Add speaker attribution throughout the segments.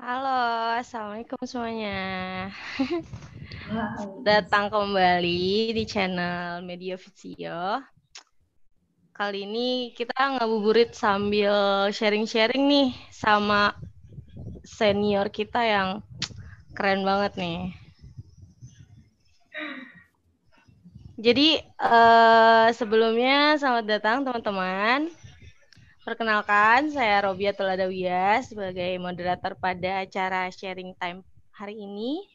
Speaker 1: Halo, Assalamualaikum semuanya. Datang
Speaker 2: Waalaikumsalam.
Speaker 1: kembali di channel Media Vizio. Kali ini kita ngabuburit sambil sharing-sharing nih sama senior kita yang keren banget nih. Jadi sebelumnya selamat datang teman-teman. Perkenalkan, saya Robiatul Adawiyah sebagai moderator pada acara Sharing Time hari ini.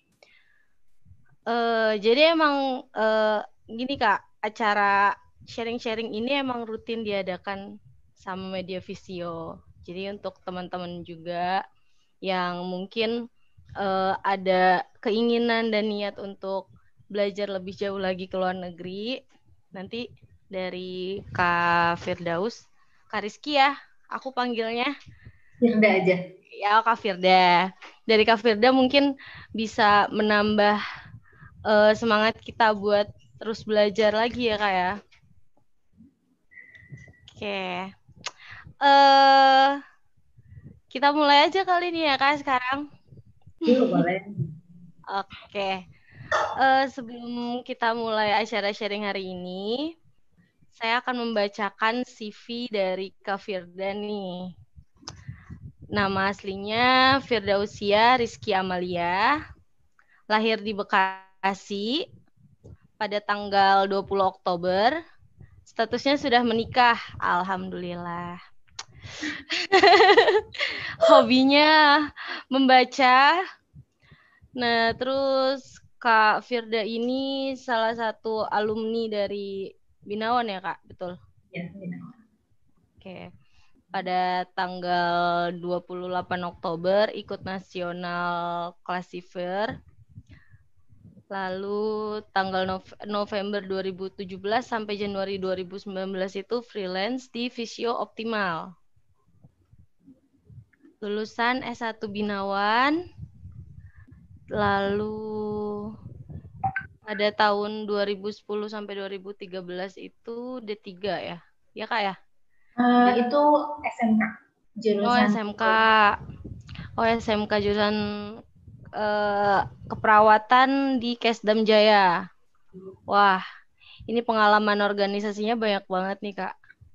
Speaker 1: Jadi emang gini Kak, acara sharing-sharing ini emang rutin diadakan sama Media Visio. Jadi untuk teman-teman juga yang mungkin ada keinginan dan niat untuk belajar lebih jauh lagi ke luar negeri, nanti dari Kak Firdaus, Kak Rizky ya, aku panggilnya.
Speaker 2: Firda aja.
Speaker 1: Ya, Kak Firda. Dari Kak Firda mungkin bisa menambah semangat kita buat terus belajar lagi ya Kak ya. Oke. eh kita mulai aja kali ini ya Kak sekarang.
Speaker 2: Yuk, boleh.
Speaker 1: Oke. Sebelum kita mulai acara sharing hari ini, saya akan membacakan CV dari Kak Firda nih. Nama aslinya Firdausia Rizky Amalia, lahir di Bekasi pada tanggal 20 Oktober. Statusnya sudah menikah, alhamdulillah. Hobinya membaca. Nah, terus Kak Firda ini salah satu alumni dari Binawan ya, Kak? Betul.
Speaker 2: Ya, Bina.
Speaker 1: Oke. Pada tanggal 28 Oktober ikut nasional Classifier. Lalu tanggal November 2017 sampai Januari 2019 itu freelance di Visio Optimal. Lulusan S1 Binawan. Lalu pada tahun 2010 sampai 2013 itu D3 ya. Ya Kak ya?
Speaker 2: Itu SMK,
Speaker 1: Oh
Speaker 2: jurusan
Speaker 1: SMK. Oh SMK jurusan keperawatan di Kesdam Jaya. Wah, ini pengalaman organisasinya banyak banget nih Kak.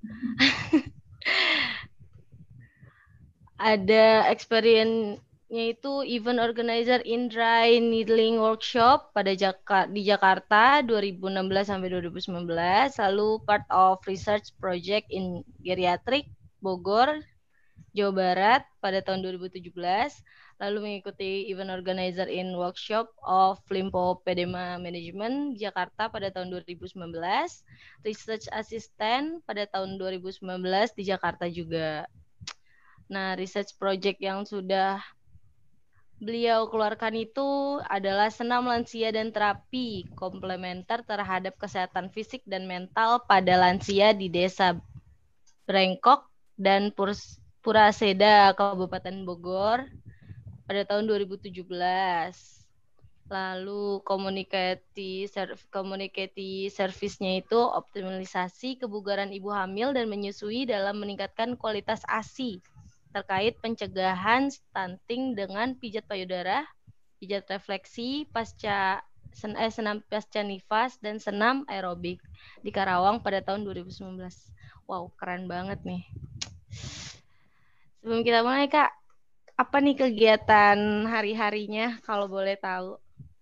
Speaker 1: Ada experience-nya itu event organizer in dry needling workshop di Jakarta 2016 sampai 2019, lalu part of research project in geriatric Bogor, Jawa Barat pada tahun 2017, lalu mengikuti event organizer in workshop of lymphopedema management Jakarta pada tahun 2019, research assistant pada tahun 2019 di Jakarta juga. Nah, research project yang sudah beliau keluarkan itu adalah senam lansia dan terapi komplementer terhadap kesehatan fisik dan mental pada lansia di Desa Brengkok dan Puraseda, Kabupaten Bogor pada tahun 2017. Lalu community service-nya itu optimalisasi kebugaran ibu hamil dan menyusui dalam meningkatkan kualitas ASI terkait pencegahan stunting dengan pijat payudara, pijat refleksi, senam pasca nifas, dan senam aerobik di Karawang pada tahun 2019. Wow, keren banget nih. Sebelum kita mulai, Kak, apa nih kegiatan hari-harinya kalau boleh tahu?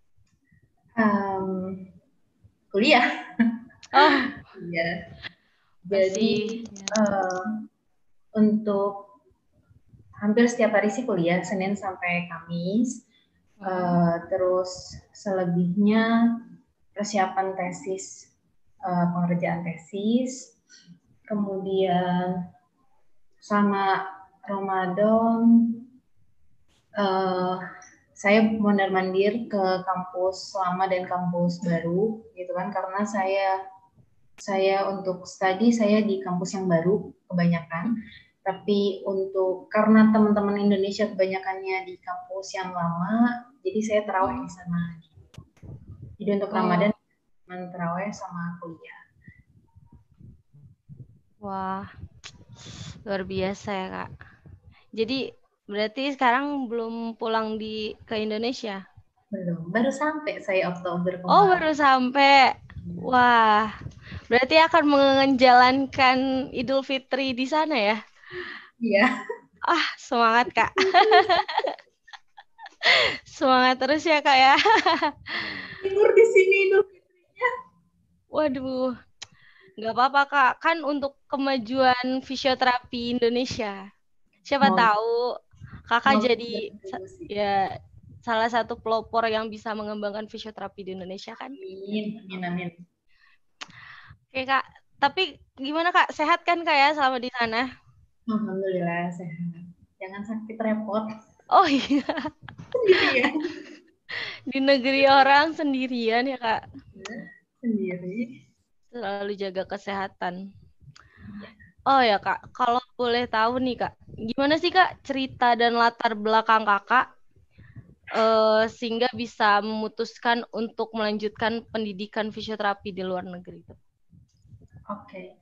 Speaker 2: Kuliah.
Speaker 1: Oh,
Speaker 2: Ya. Jadi
Speaker 1: masih.
Speaker 2: uh, untuk hampir setiap hari sih kuliah, Senin sampai Kamis. Terus selebihnya persiapan tesis, pengerjaan tesis. Kemudian sama Ramadan, uh, saya mondar-mandir ke kampus lama dan kampus baru gitu kan, karena saya untuk studi saya di kampus yang baru kebanyakan, tapi untuk karena teman-teman Indonesia kebanyakannya di kampus yang lama, jadi saya terawih di sana. Jadi untuk
Speaker 1: Oh,
Speaker 2: Ramadan terawih sama kuliah.
Speaker 1: wah, luar biasa ya, Kak. Jadi Berarti sekarang belum pulang ke Indonesia?
Speaker 2: Belum, baru sampai saya Oktober
Speaker 1: Oh,
Speaker 2: kemarin.
Speaker 1: baru sampai. Wah, berarti akan menjalankan Idul Fitri di sana ya?
Speaker 2: Iya.
Speaker 1: Ah, semangat Kak. Semangat terus ya Kak ya.
Speaker 2: Libur di sini Idul Fitrinya.
Speaker 1: Waduh, nggak apa-apa Kak. Kan untuk kemajuan fisioterapi Indonesia. Siapa
Speaker 2: Semoga,
Speaker 1: tahu Kakak
Speaker 2: semoga
Speaker 1: jadi
Speaker 2: bertemu sih.
Speaker 1: ya salah satu pelopor yang bisa mengembangkan fisioterapi di Indonesia kan?
Speaker 2: Amin, amin, amin.
Speaker 1: Oke Kak, tapi gimana Kak? Sehat kan Kak ya selama di sana?
Speaker 2: Alhamdulillah sehat. Jangan sakit repot
Speaker 1: Oh iya,
Speaker 2: sendirian.
Speaker 1: di negeri orang sendirian ya Kak.
Speaker 2: Ya, sendiri.
Speaker 1: Selalu jaga kesehatan.
Speaker 2: Ya.
Speaker 1: Oh ya Kak, kalau boleh tahu nih Kak, gimana sih Kak cerita dan latar belakang Kakak sehingga bisa memutuskan untuk melanjutkan pendidikan fisioterapi di luar negeri itu?
Speaker 2: Oke.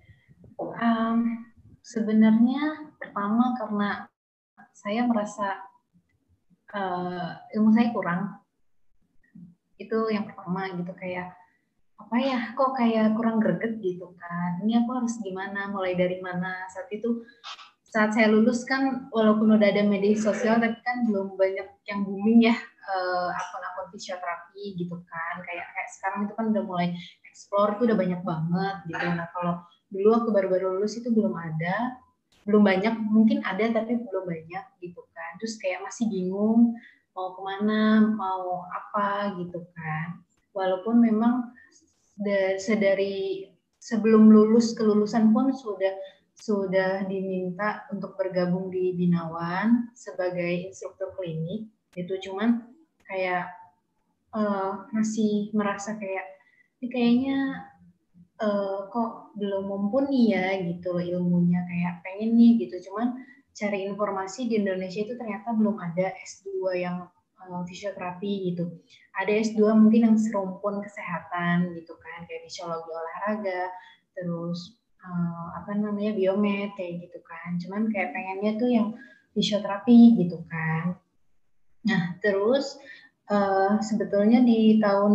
Speaker 2: Sebenarnya pertama karena saya merasa ilmu saya kurang. Itu yang pertama gitu, kayak apa ya, kok kayak kurang greget gitu kan, ini aku harus gimana, mulai dari mana. Saat saya lulus kan, walaupun udah ada media sosial tapi kan belum banyak yang booming ya, akun-akun fisioterapi gitu kan, kayak sekarang itu kan udah mulai explore, itu udah banyak banget gitu. Nah kalau dulu aku baru-baru lulus itu belum ada, belum banyak, mungkin ada tapi belum banyak gitu kan. Terus kayak masih bingung mau kemana, mau apa gitu kan. Walaupun memang sedari sebelum lulus, kelulusan pun sudah diminta untuk bergabung di Binawan sebagai instruktur klinik itu. Cuman kayak masih merasa kayak ini kayaknya kok belum mumpuni ya gitu loh ilmunya, kayak pengen nih gitu. Cuman cari informasi di Indonesia itu ternyata belum ada S2 yang fisioterapi gitu. Ada S2 mungkin yang serumpun kesehatan gitu kan, kayak fisiologi olahraga, terus apa namanya biomed kayak gitu kan. Cuman kayak pengennya tuh yang fisioterapi gitu kan. Nah, terus sebetulnya di tahun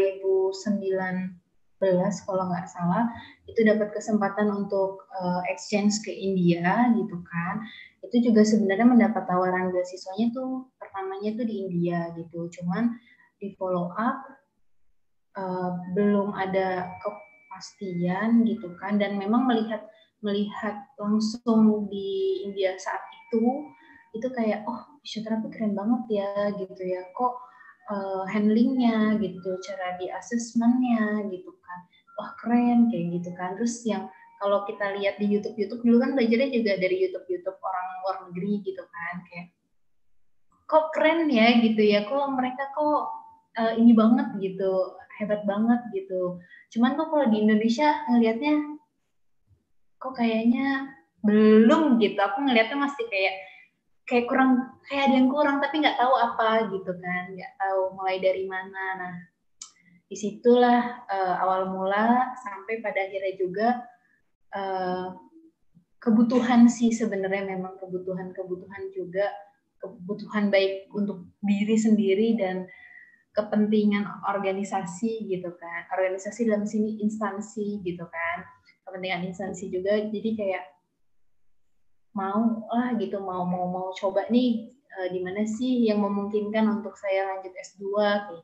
Speaker 2: 2019 kalau nggak salah itu dapat kesempatan untuk exchange ke India gitu kan. Itu juga sebenarnya mendapat tawaran beasiswanya tuh pertamanya tuh di India gitu. Cuman di follow up belum ada kepastian gitu kan, dan memang melihat melihat langsung di India saat itu kayak oh fisioterapi keren banget ya gitu ya, kok handlingnya gitu, cara di asesmennya gitu kan, wah keren kayak gitu kan. Terus yang kalau kita lihat di YouTube dulu kan belajarnya juga dari YouTube orang luar negeri gitu kan, kayak kok keren ya gitu ya, kok mereka kok ini banget gitu, hebat banget gitu. Cuman kok kalau di Indonesia ngelihatnya kok kayaknya belum gitu. Aku ngelihatnya masih kayak kayak kurang, kayak ada yang kurang tapi nggak tahu apa gitu kan, nggak tahu mulai dari mana. Nah disitulah awal mula sampai pada akhirnya juga uh, kebutuhan sih sebenarnya, memang kebutuhan juga, kebutuhan baik untuk diri sendiri dan kepentingan organisasi gitu kan, organisasi dalam sini instansi gitu kan, kepentingan instansi juga. Jadi kayak mau lah gitu, mau coba nih di mana sih yang memungkinkan untuk saya lanjut S2 gitu.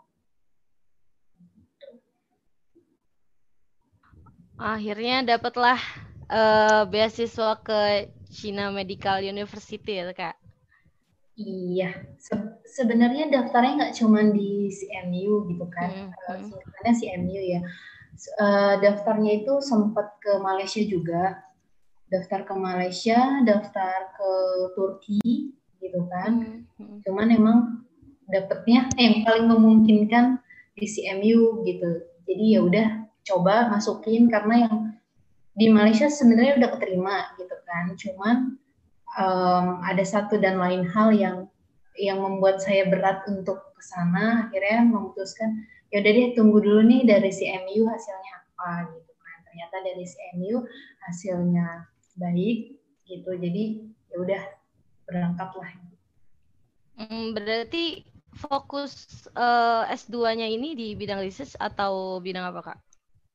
Speaker 1: Akhirnya dapatlah beasiswa ke China Medical University ya Kak.
Speaker 2: Iya, sebenarnya daftarnya nggak cuma di CMU gitu kan, singkatannya CMU ya. Daftarnya itu sempat ke Malaysia juga, daftar ke Malaysia, daftar ke Turki gitu kan. Cuman emang dapetnya yang paling memungkinkan di CMU gitu. Jadi ya udah coba masukin, karena yang di Malaysia sebenarnya udah keterima gitu kan. Cuman ada satu dan lain hal yang membuat saya berat untuk ke sana. Akhirnya memutuskan ya udah deh, tunggu dulu nih dari CMU hasilnya apa gitu kan. Ternyata dari CMU hasilnya baik gitu. Jadi ya udah berangkat lah.
Speaker 1: Berarti fokus S2-nya ini di bidang research atau bidang apa, Kak?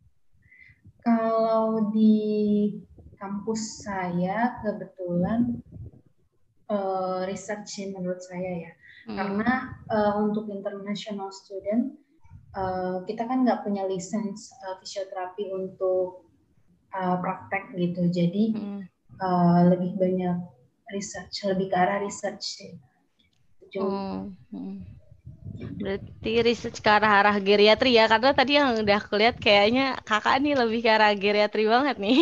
Speaker 2: Kalau di kampus saya kebetulan research sih menurut saya ya. Karena untuk international student kita kan nggak punya lisensi fisioterapi untuk praktek gitu. Jadi lebih banyak research, lebih ke arah research sih.
Speaker 1: Berarti research ke arah geriatri ya, karena tadi yang udah aku lihat kayaknya kakak nih lebih ke arah geriatri banget nih.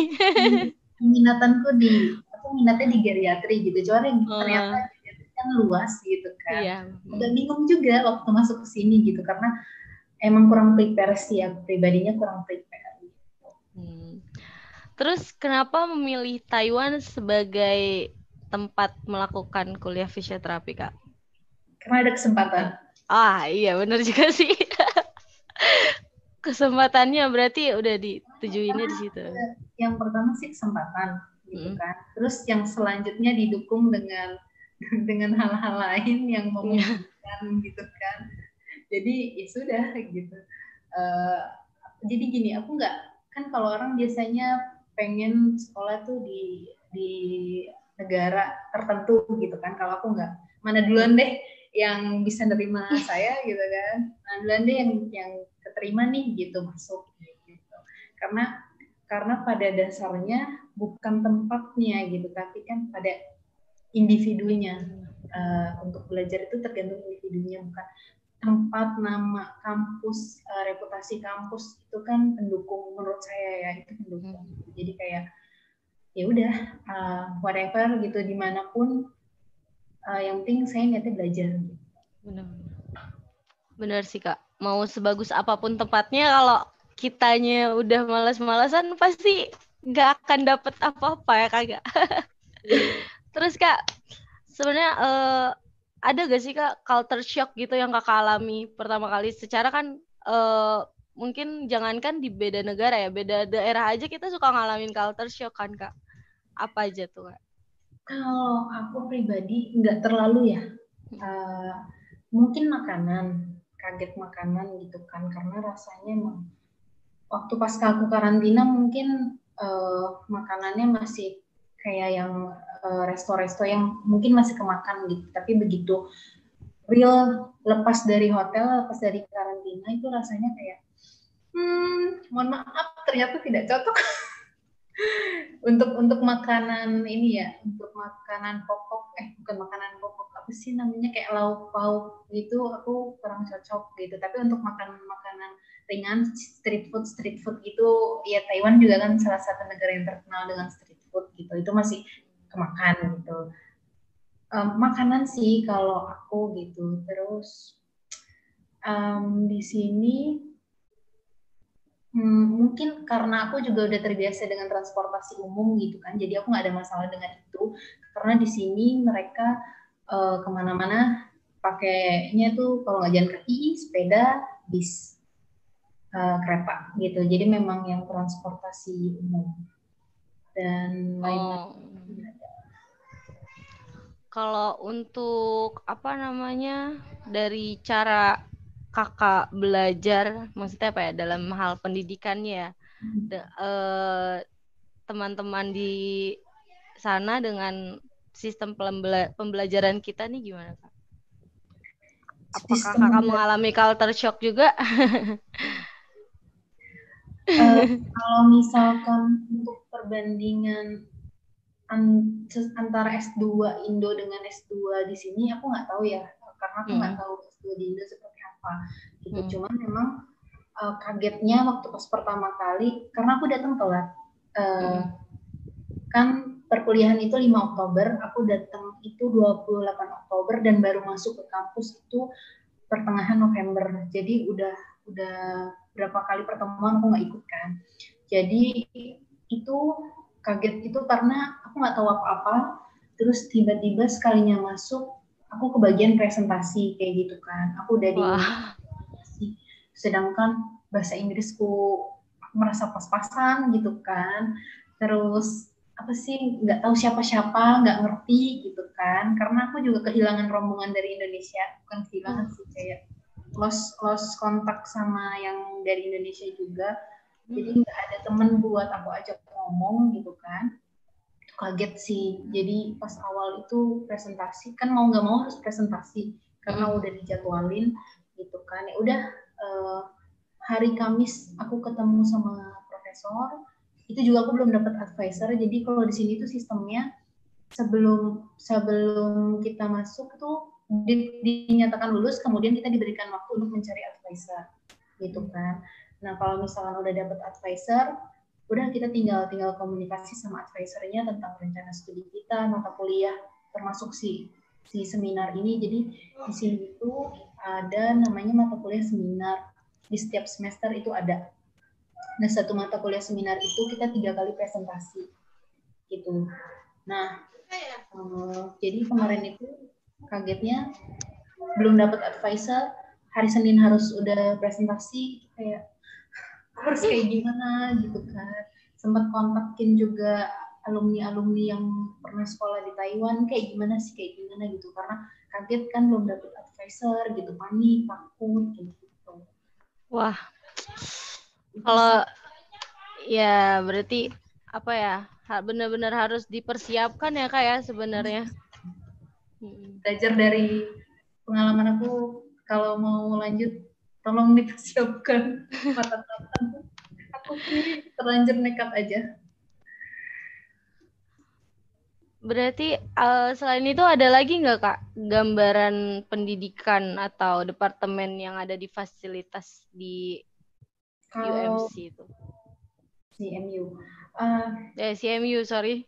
Speaker 2: Aku minatnya di geriatri gitu, cuman ternyata geriatri kan luas gitu kan.
Speaker 1: Iya.
Speaker 2: Agak bingung juga waktu masuk ke sini gitu, karena emang kurang prepare sih, aku pribadinya kurang prepare.
Speaker 1: Terus kenapa memilih Taiwan sebagai tempat melakukan kuliah fisioterapi, Kak?
Speaker 2: Karena ada kesempatan.
Speaker 1: Iya benar juga sih. Kesempatannya berarti udah ditujuinnya di situ.
Speaker 2: Yang pertama sih kesempatan gitu kan. Terus yang selanjutnya didukung dengan hal-hal lain yang memungkinkan gitu kan. Jadi ya sudah gitu. Jadi gini, aku nggak, kan kalau orang biasanya pengen sekolah tuh di negara tertentu gitu kan. Kalau aku nggak, mana duluan deh yang bisa nerima saya gitu kan. Mana duluan deh yang keterima nih gitu masuk gitu. Karena pada dasarnya bukan tempatnya gitu, tapi kan pada individunya. Untuk belajar itu tergantung individunya, bukan tempat, nama kampus, reputasi kampus itu kan pendukung menurut saya ya, itu pendukung. Jadi kayak ya udah whatever gitu, dimanapun yang penting saya niatnya belajar.
Speaker 1: Benar sih Kak, mau sebagus apapun tempatnya kalau kitanya udah malas-malasan pasti nggak akan dapet apa-apa ya Kak. Terus Kak, sebenarnya ada gak sih Kak culture shock gitu yang Kakak alami pertama kali? Secara kan mungkin jangankan di beda negara ya, beda daerah aja kita suka ngalamin culture shock kan Kak. Apa aja tuh Kak?
Speaker 2: Kalau aku pribadi nggak terlalu ya. Mungkin makanan, kaget makanan gitu kan, karena rasanya emang waktu pas aku karantina mungkin makanannya masih kayak yang resto-resto yang mungkin masih kemakan gitu, tapi begitu real lepas dari hotel, lepas dari karantina itu rasanya kayak mohon maaf ternyata tidak cocok. untuk makanan ini ya, untuk makanan pokok, bukan makanan pokok, apa sih namanya, kayak lauk pauk gitu aku kurang cocok gitu. Tapi untuk makanan ringan, street food gitu ya, Taiwan juga kan salah satu negara yang terkenal dengan street food gitu, itu masih kemakan gitu. Makanan sih kalau aku gitu. Terus di sini mungkin karena aku juga udah terbiasa dengan transportasi umum gitu kan, jadi aku nggak ada masalah dengan itu, karena di sini mereka kemana-mana pakainya tuh kalau nggak jalan kaki, sepeda, bis, kereta gitu. Jadi memang yang transportasi umum dan lain-lain.
Speaker 1: Kalau untuk apa namanya, dari cara kakak belajar, maksudnya apa ya, dalam hal pendidikannya ya, teman-teman di sana dengan sistem pembelajaran kita nih gimana Kak? Apakah kakak mengalami culture shock juga?
Speaker 2: Kalau misalkan untuk perbandingan antara S2 Indo dengan S2 di sini, aku nggak tahu ya, karena aku nggak tahu S2 di Indo seperti apa gitu. Cuman memang kagetnya waktu pas pertama kali, karena aku datang telat. Kan perkuliahan itu 5 Oktober, aku datang itu 28 Oktober dan baru masuk ke kampus itu pertengahan November. Jadi udah berapa kali pertemuan aku nggak ikut kan. Jadi itu kaget itu karena aku nggak tahu apa-apa, terus tiba-tiba sekalinya masuk aku kebagian presentasi kayak gitu kan. Aku udah di presentasi, sedangkan bahasa Inggrisku aku merasa pas-pasan gitu kan. Terus apa sih, nggak tahu siapa-siapa, nggak ngerti gitu kan, karena aku juga kehilangan rombongan dari Indonesia, bukan kehilangan sih, kayak lost kontak sama yang dari Indonesia juga. Jadi nggak ada temen buat aku ajak ngomong gitu kan. Kaget sih. Jadi pas awal itu presentasi, kan mau nggak mau harus presentasi karena udah dijadwalin gitu kan. Ya udah hari Kamis aku ketemu sama profesor. Itu juga aku belum dapat advisor. Jadi kalau di sini tuh sistemnya sebelum kita masuk tuh dinyatakan lulus, kemudian kita diberikan waktu untuk mencari advisor gitu kan. Nah kalau misalkan udah dapat advisor, udah kita tinggal komunikasi sama advisornya tentang rencana studi kita, mata kuliah, termasuk si seminar ini. Jadi di sini itu ada namanya mata kuliah seminar, di setiap semester itu ada. Nah satu mata kuliah seminar itu kita 3 kali presentasi gitu. Nah jadi kemarin itu kagetnya belum dapat advisor, hari Senin harus udah presentasi, kayak harus kayak gimana gitu kan. Sempat kontakin juga alumni yang pernah sekolah di Taiwan, kayak gimana gitu, karena kaget kan belum dapet advisor gitu, panik, takut gitu.
Speaker 1: Wah, kalau ya berarti apa ya, benar-benar harus dipersiapkan ya Kak ya sebenarnya.
Speaker 2: Belajar dari pengalaman aku, kalau mau lanjut tolong dipersiapkan matang-matang. Aku sendiri terlanjur nekat aja.
Speaker 1: Berarti selain itu ada lagi nggak Kak gambaran pendidikan atau departemen yang ada di fasilitas di
Speaker 2: Kalau
Speaker 1: UMC itu?
Speaker 2: CMU.
Speaker 1: CMU, sorry.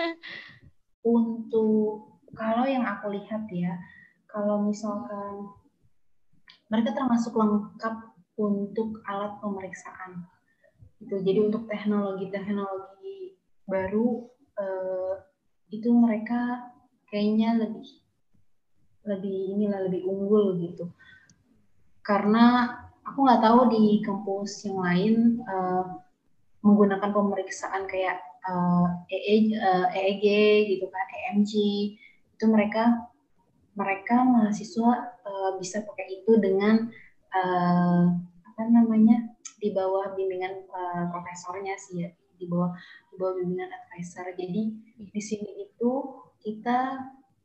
Speaker 2: Untuk kalau yang aku lihat ya, kalau misalkan mereka termasuk lengkap untuk alat pemeriksaan. Gitu. Jadi untuk teknologi baru itu mereka kayaknya lebih unggul gitu. Karena aku nggak tahu di kampus yang lain menggunakan pemeriksaan kayak EEG gitu kan, EMG, itu mereka mahasiswa bisa pakai itu dengan di bawah bimbingan profesornya sih ya, di bawah bimbingan advisor. Jadi di sini itu kita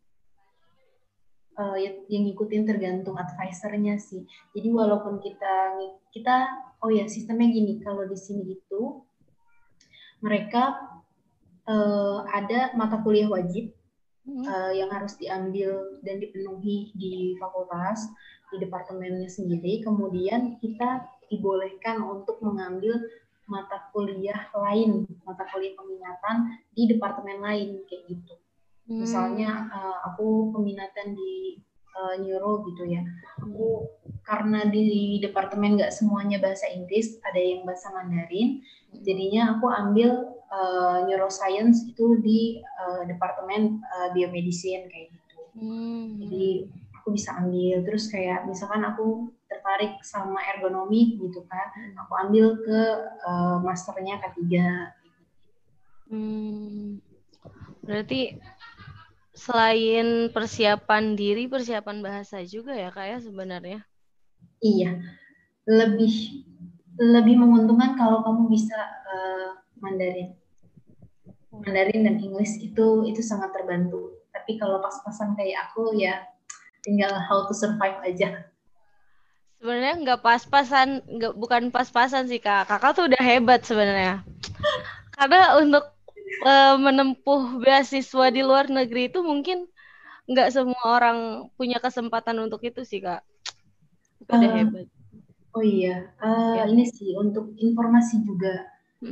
Speaker 2: yang ngikutin tergantung advisornya sih. Jadi walaupun kita sistemnya gini, kalau di sini itu mereka ada mata kuliah wajib yang harus diambil dan dipenuhi di fakultas, di departemennya sendiri. Kemudian kita dibolehkan untuk mengambil mata kuliah lain, mata kuliah peminatan di departemen lain kayak gitu. Misalnya aku peminatan di neuro gitu ya. Aku karena di departemen nggak semuanya bahasa Inggris, ada yang bahasa Mandarin, jadinya aku ambil neuroscience itu di departemen biomedicine kayak gitu. Jadi aku bisa ambil, terus kayak misalkan aku tertarik sama ergonomi gitu kan, aku ambil ke masternya K3.
Speaker 1: Berarti selain persiapan diri, persiapan bahasa juga ya Kak ya sebenarnya?
Speaker 2: Iya, lebih menguntungkan kalau kamu bisa Mandarin dan English, itu sangat terbantu. Tapi kalau pas-pasan kayak aku ya tinggal how to survive aja.
Speaker 1: Sebenarnya bukan pas-pasan sih Kak. Kakak tuh udah hebat sebenarnya. Karena untuk menempuh beasiswa di luar negeri itu mungkin nggak semua orang punya kesempatan untuk itu sih Kak. Itu udah hebat.
Speaker 2: Oh iya, ini sih untuk informasi juga.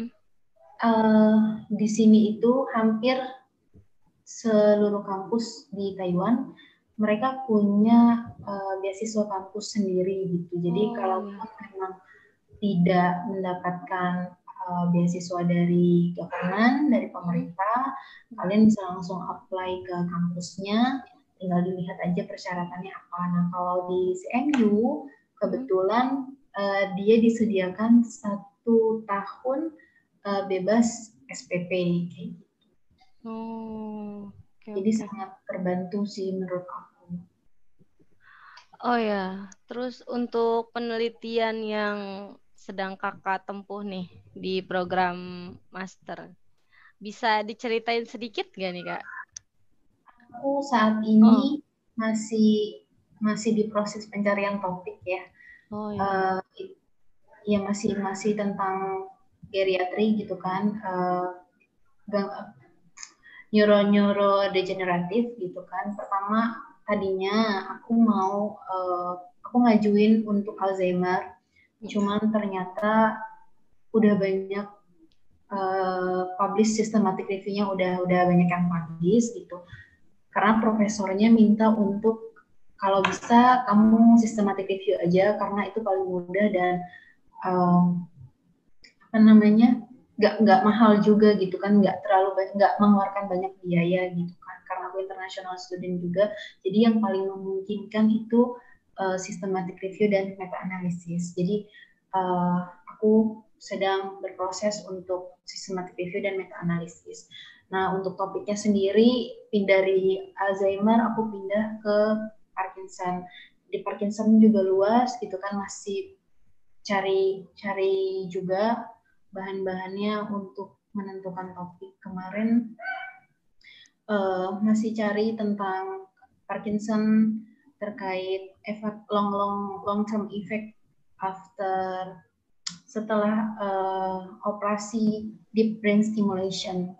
Speaker 2: Di sini itu hampir seluruh kampus di Taiwan mereka punya beasiswa kampus sendiri gitu. Jadi kalau memang tidak mendapatkan beasiswa dari government, dari pemerintah, kalian bisa langsung apply ke kampusnya, tinggal dilihat aja persyaratannya apa. Nah kalau di CMU kebetulan dia disediakan 1 tahun bebas SPP kayak gitu. Jadi sangat terbantu sih menurut aku.
Speaker 1: Oh ya, terus untuk penelitian yang sedang kakak tempuh nih di program master, bisa diceritain sedikit gak nih kak?
Speaker 2: Aku saat ini masih di proses pencarian topik ya.
Speaker 1: Oh ya.
Speaker 2: Ya masih tentang geriatri gitu kan, neurodegeneratif gitu kan. Pertama tadinya aku ngajuin untuk Alzheimer, cuman ternyata udah banyak publish systematic review-nya udah banyak yang publish gitu. Karena profesornya minta untuk kalau bisa kamu systematic review aja karena itu paling mudah dan apa namanya nggak mahal juga gitu kan, nggak mengeluarkan banyak biaya gitu kan, karena aku international student juga, jadi yang paling memungkinkan itu systematic review dan meta analisis. Jadi aku sedang berproses untuk systematic review dan meta analisis. Nah untuk topiknya sendiri dari Alzheimer aku pindah ke Parkinson. Di Parkinson juga luas gitu kan, masih cari juga bahan-bahannya untuk menentukan topik. Kemarin masih cari tentang Parkinson terkait efek long term effect after setelah operasi deep brain stimulation.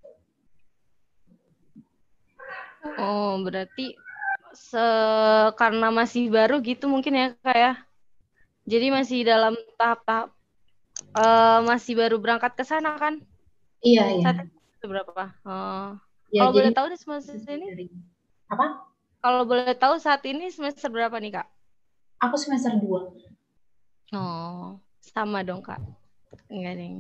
Speaker 1: Oh berarti karena masih baru gitu mungkin ya kak ya. Jadi masih dalam tahap-tahap masih baru berangkat ke sana kan?
Speaker 2: Iya iya.
Speaker 1: Saat itu berapa?
Speaker 2: Ya
Speaker 1: Kalau boleh
Speaker 2: jadi
Speaker 1: tahu nih semester ini?
Speaker 2: dari apa?
Speaker 1: Kalau boleh tahu saat ini semester berapa nih kak?
Speaker 2: Aku semester 2.
Speaker 1: Oh sama dong kak. Enggak nih.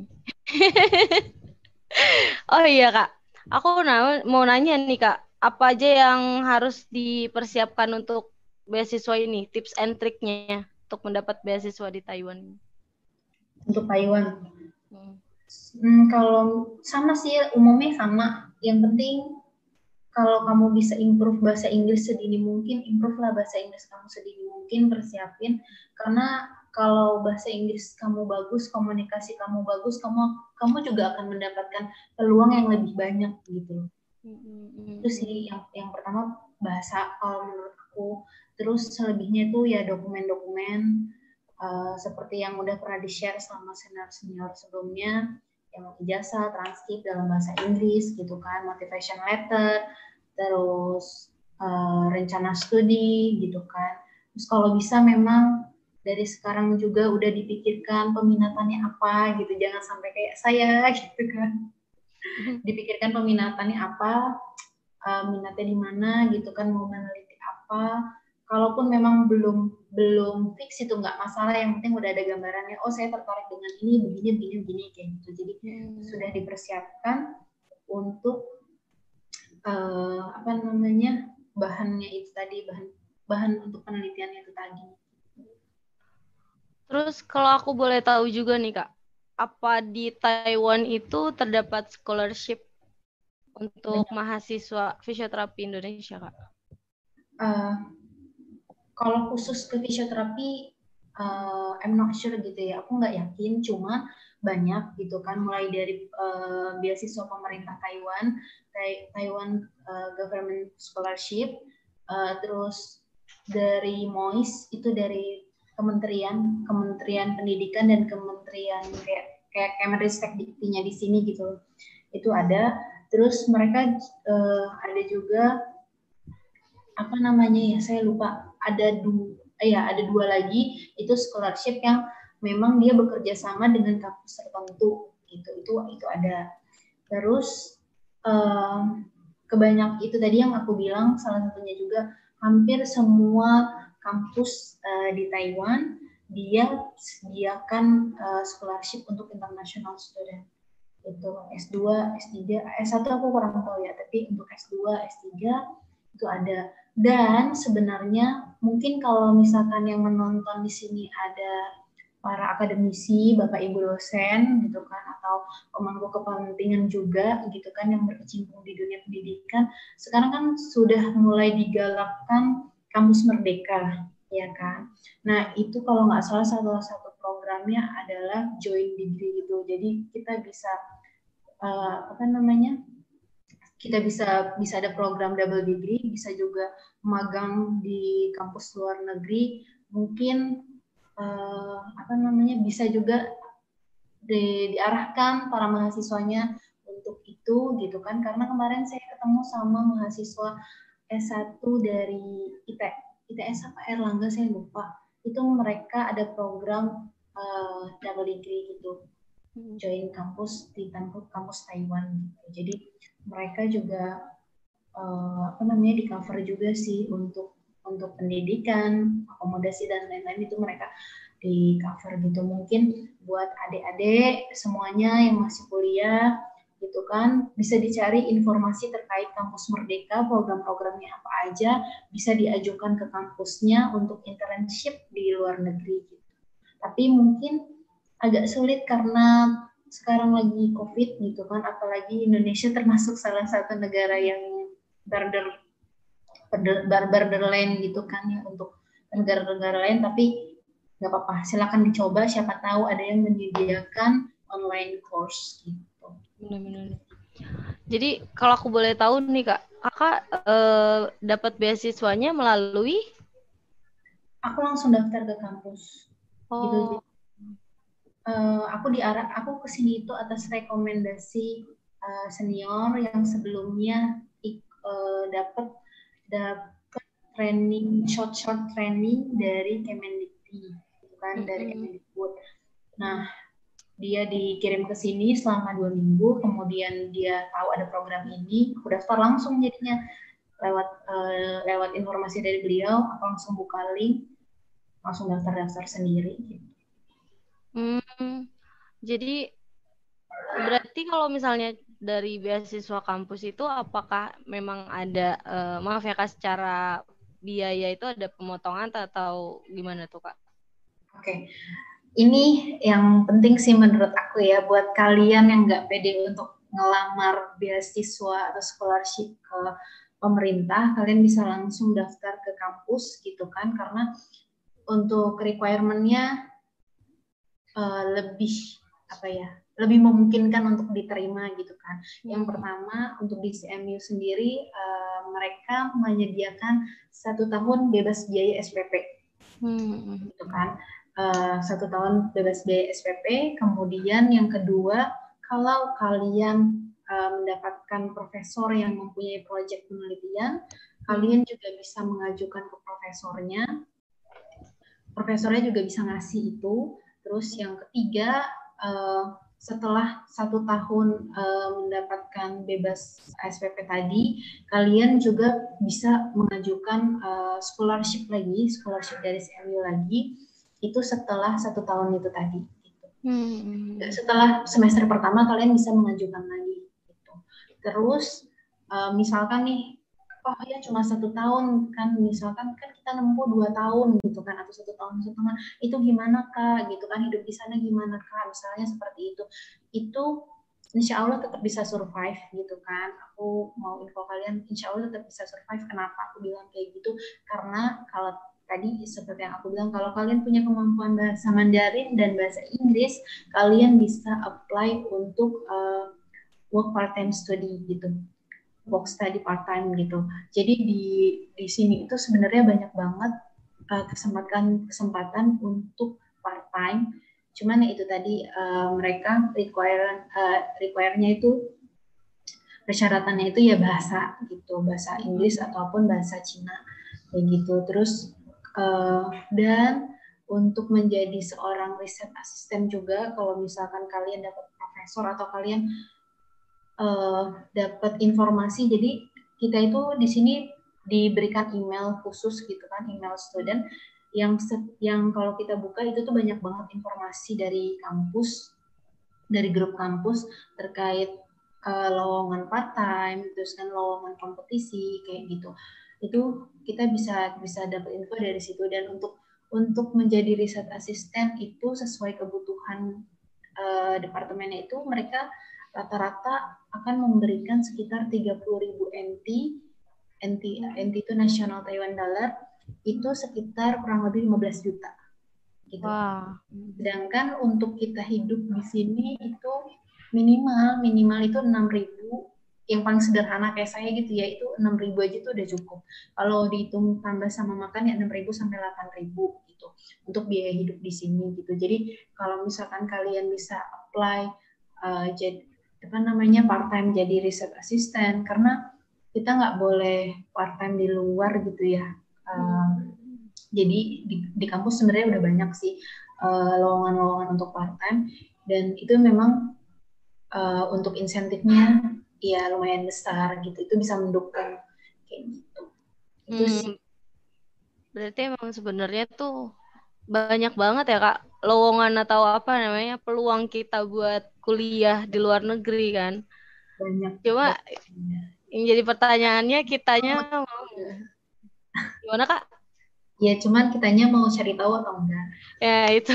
Speaker 1: Oh iya kak, aku mau nanya nih kak, apa aja yang harus dipersiapkan untuk beasiswa ini, tips and triknya untuk mendapat beasiswa di Taiwan?
Speaker 2: Untuk Taiwan.
Speaker 1: Hmm.
Speaker 2: Kalau sama sih, umumnya sama. Yang penting kalau kamu bisa improve bahasa Inggris sedini mungkin, improve lah bahasa Inggris kamu sedini mungkin, persiapin. Karena kalau bahasa Inggris kamu bagus, komunikasi kamu bagus, kamu juga akan mendapatkan peluang yang lebih banyak gitu. Itu sih yang pertama, bahasa kalau menurut aku. Terus selebihnya itu ya dokumen-dokumen seperti yang udah pernah di-share sama senior-senior sebelumnya, yang ijazah, transkrip dalam bahasa Inggris gitu kan, motivation letter, terus rencana studi gitu kan. Terus kalau bisa memang dari sekarang juga udah dipikirkan peminatannya apa gitu, jangan sampai kayak saya gitu kan. Dipikirkan peminatannya apa, minatnya di mana gitu kan, mau meneliti apa. Kalaupun memang belum fix itu nggak masalah, yang penting udah ada gambarannya. Oh saya tertarik dengan ini, begini kayak gitu. Jadi sudah dipersiapkan untuk apa namanya, bahannya itu tadi, bahan untuk penelitiannya itu tadi.
Speaker 1: Terus kalau aku boleh tahu juga nih kak, apa di Taiwan itu terdapat scholarship untuk mahasiswa fisioterapi Indonesia kak?
Speaker 2: Kalau khusus ke fisioterapi, I'm not sure gitu ya. Aku nggak yakin, cuma banyak gitu kan. Mulai dari beasiswa pemerintah Taiwan, Taiwan Government Scholarship, terus dari MOIS, itu dari Kementerian Pendidikan dan Kementerian kayak Kemenristek diktinya di sini gitu. Itu ada. Terus mereka ada juga apa namanya ya, saya lupa, ada dua lagi itu scholarship yang memang dia bekerja sama dengan kampus tertentu gitu, itu ada. Terus kebanyak itu tadi yang aku bilang, salah satunya juga hampir semua kampus di Taiwan dia sediakan scholarship untuk international student, itu S2, S3, S1 aku kurang tahu ya, tapi untuk S2, S3 itu ada. Dan sebenarnya mungkin kalau misalkan yang menonton di sini ada para akademisi, Bapak Ibu dosen gitu kan, atau pemangku kepentingan juga gitu kan yang berkecimpung di dunia pendidikan. Sekarang kan sudah mulai digalakkan kampus merdeka, ya kan. Nah itu kalau nggak salah salah satu programnya adalah joint degree gitu. Jadi kita bisa apa namanya? Kita bisa ada program double degree, bisa juga magang di kampus luar negeri, mungkin apa namanya bisa juga diarahkan para mahasiswanya untuk itu gitu kan, karena kemarin saya ketemu sama mahasiswa S1 dari ITS apa Erlangga saya lupa, itu mereka ada program double degree gitu, join kampus di kampus Taiwan gitu. Jadi mereka juga apa namanya di cover juga sih untuk pendidikan, akomodasi dan lain-lain itu mereka di cover gitu. Mungkin buat adik-adik semuanya yang masih kuliah gitu kan, bisa dicari informasi terkait kampus Merdeka, program-programnya apa aja, bisa diajukan ke kampusnya untuk internship di luar negeri gitu. Tapi mungkin agak sulit karena sekarang lagi COVID gitu kan, apalagi Indonesia termasuk salah satu negara yang borderland gitu kan ya untuk negara-negara lain, tapi nggak apa-apa, silakan dicoba, siapa tahu ada yang menyediakan online course gitu.
Speaker 1: Benar-benar. Jadi kalau aku boleh tahu nih Kak, Kakak dapat beasiswanya melalui?
Speaker 2: Aku langsung daftar ke kampus. Gitu. Aku kesini itu atas rekomendasi senior yang sebelumnya dapat training short training dari Kemendikti, gitu kan, dari Kemendikbud. Nah, dia dikirim ke sini selama 2 minggu, kemudian dia tahu ada program ini, aku daftar langsung jadinya lewat informasi dari beliau, aku langsung buka link, langsung daftar sendiri. Gitu.
Speaker 1: Jadi berarti kalau misalnya dari beasiswa kampus itu apakah memang ada maaf ya Kak, secara biaya itu ada pemotongan atau gimana tuh Kak?
Speaker 2: Oke. Ini yang penting sih menurut aku ya, buat kalian yang nggak pede untuk ngelamar beasiswa atau scholarship ke pemerintah, kalian bisa langsung daftar ke kampus gitu kan, karena untuk requirement-nya lebih memungkinkan untuk diterima gitu kan. Yang pertama untuk di CMU sendiri mereka menyediakan 1 tahun bebas biaya SPP, gitu kan. 1 tahun bebas biaya SPP. Kemudian yang kedua, kalau kalian mendapatkan profesor yang mempunyai proyek penelitian, kalian juga bisa mengajukan ke profesornya. Profesornya juga bisa ngasih itu. Terus yang ketiga, setelah 1 tahun mendapatkan bebas SPP tadi, kalian juga bisa mengajukan scholarship dari CMU lagi, itu setelah 1 tahun itu tadi. Gitu. Setelah semester pertama kalian bisa mengajukan lagi. Gitu. Terus misalkan nih, oh ya cuma 1 tahun kan, misalkan kan kita nempuh 2 tahun gitu kan, atau 1 tahun setengah, itu gimana Kak gitu kan, hidup di sana gimana Kak, misalnya seperti itu insya Allah tetap bisa survive gitu kan. Aku mau info kalian, insya Allah tetap bisa survive. Kenapa aku bilang kayak gitu, karena kalau tadi seperti yang aku bilang, kalau kalian punya kemampuan bahasa Mandarin dan bahasa Inggris, kalian bisa apply untuk work part-time study gitu, work study part-time gitu. Jadi di sini itu sebenarnya banyak banget kesempatan untuk part-time. Cuman ya itu tadi mereka require-nya itu, persyaratannya itu ya bahasa gitu, bahasa Inggris ataupun bahasa Cina kayak gitu. Terus dan untuk menjadi seorang riset asisten juga, kalau misalkan kalian dapat profesor atau kalian dapat informasi, jadi kita itu di sini diberikan email khusus gitu kan, email student yang kalau kita buka itu tuh banyak banget informasi dari kampus, dari grup kampus terkait lowongan part time, terus kan lowongan kompetisi kayak gitu. Itu kita bisa dapat info dari situ. Dan untuk untuk menjadi riset asisten itu sesuai kebutuhan departemennya itu mereka rata-rata akan memberikan sekitar 30.000 NT itu National Taiwan Dollar, itu sekitar kurang lebih 15 juta gitu.
Speaker 1: Wah.
Speaker 2: Sedangkan untuk kita hidup di sini itu minimal itu 6.000, yang paling sederhana kayak saya gitu ya, itu 6.000 aja tuh udah cukup. Kalau dihitung tambah sama makan ya 6.000 sampai 8.000 gitu untuk biaya hidup di sini gitu. Jadi kalau misalkan kalian bisa apply jadi part time jadi research assistant, karena kita nggak boleh part time di luar gitu ya. Jadi di kampus sebenarnya udah banyak sih lowongan-lowongan untuk part time, dan itu memang untuk insentifnya ya lumayan besar gitu, itu bisa mendukung kayak gitu. Itu sih.
Speaker 1: Berarti emang sebenarnya tuh banyak banget ya Kak lowongan atau apa namanya peluang kita buat kuliah di luar negeri kan.
Speaker 2: Banyak.
Speaker 1: Cuma yang jadi pertanyaannya kitanya mau gimana Kak?
Speaker 2: Ya cuman kitanya mau cari tahu atau enggak.
Speaker 1: Ya itu.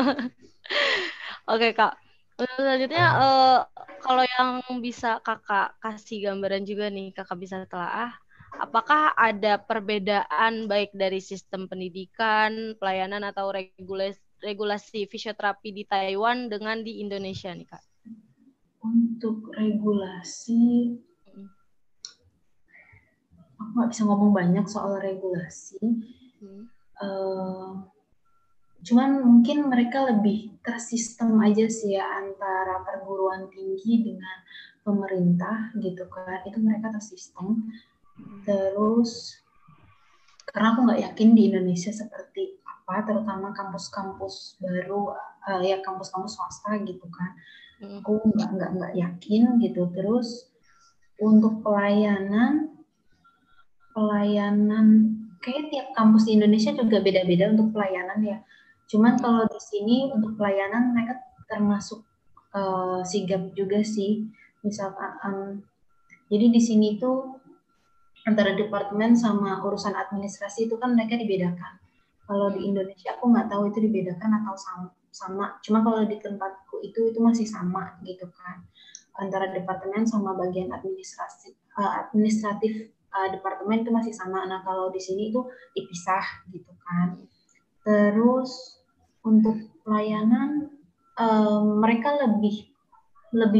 Speaker 1: Oke Kak. Untuk selanjutnya kalau yang bisa Kakak kasih gambaran juga nih, Kakak bisa telaah, apakah ada perbedaan baik dari sistem pendidikan, pelayanan atau regulasi fisioterapi di Taiwan dengan di Indonesia nih Kak?
Speaker 2: Untuk regulasi, aku nggak bisa ngomong banyak soal regulasi. Cuman mungkin mereka lebih tersistem aja sih ya antara perguruan tinggi dengan pemerintah gitu kan, itu mereka tersistem. Terus karena aku nggak yakin di Indonesia seperti apa, terutama kampus-kampus baru ya kampus-kampus swasta gitu kan, aku nggak yakin gitu. Terus untuk pelayanan kayak tiap kampus di Indonesia juga beda-beda untuk pelayanan ya. Cuman kalau di sini untuk pelayanan mereka termasuk sigap juga sih. Misalkan jadi di sini tuh antara departemen sama urusan administrasi itu kan mereka dibedakan. Kalau di Indonesia aku nggak tahu itu dibedakan atau sama. Cuma kalau di tempatku itu masih sama gitu kan. Antara departemen sama bagian administratif departemen itu masih sama. Nah kalau di sini itu dipisah gitu kan. Terus untuk pelayanan mereka lebih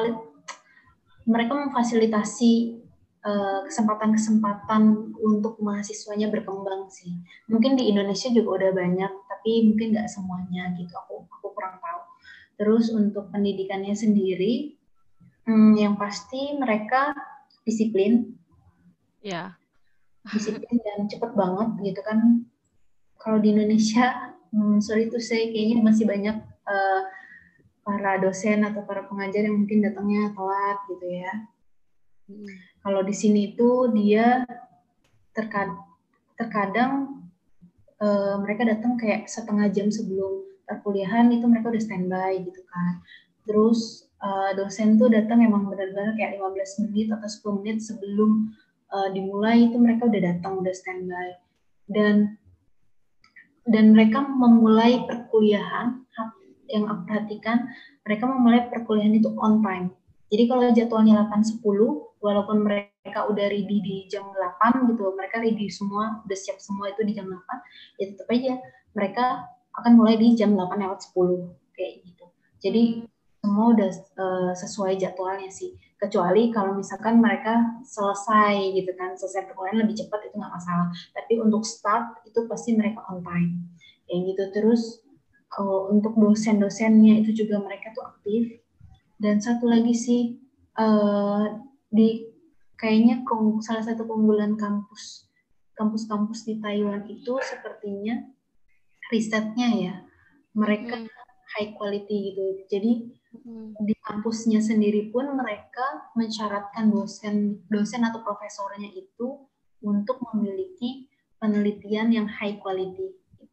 Speaker 2: memfasilitasi kesempatan-kesempatan untuk mahasiswanya berkembang sih. Mungkin di Indonesia juga udah banyak, tapi mungkin nggak semuanya gitu. Aku kurang tahu. Terus untuk pendidikannya sendiri, yang pasti mereka disiplin, disiplin dan cepet banget gitu kan. Kalau di Indonesia, sorry to say, kayaknya masih banyak para dosen atau para pengajar yang mungkin datangnya telat gitu ya. Kalau di sini itu dia terkadang mereka datang kayak setengah jam sebelum perkuliahan, itu mereka udah standby gitu kan. Terus dosen tuh datang emang benar-benar kayak 15 menit atau 10 menit sebelum dimulai, itu mereka udah datang, udah standby. Dan mereka memulai perkuliahan, yang aku perhatikan, mereka memulai perkuliahan itu on time. Jadi kalau jadwalnya 8.10, walaupun mereka udah ready di jam 8 gitu, mereka ready semua, udah siap semua itu di jam 8, ya tetap aja mereka akan mulai di jam 8:10 kayak gitu. Jadi semua udah sesuai jadwalnya sih. Kecuali kalau misalkan mereka selesai gitu kan, selesai perkuliahan lebih cepat, itu nggak masalah. Tapi untuk start itu pasti mereka on time kayak gitu. Terus untuk dosen-dosennya itu juga mereka tuh aktif. Dan satu lagi sih di kayaknya salah satu keunggulan kampus-kampus di Taiwan itu sepertinya risetnya ya, mereka high quality gitu. Jadi di kampusnya sendiri pun mereka mensyaratkan dosen atau profesornya itu untuk memiliki penelitian yang high quality.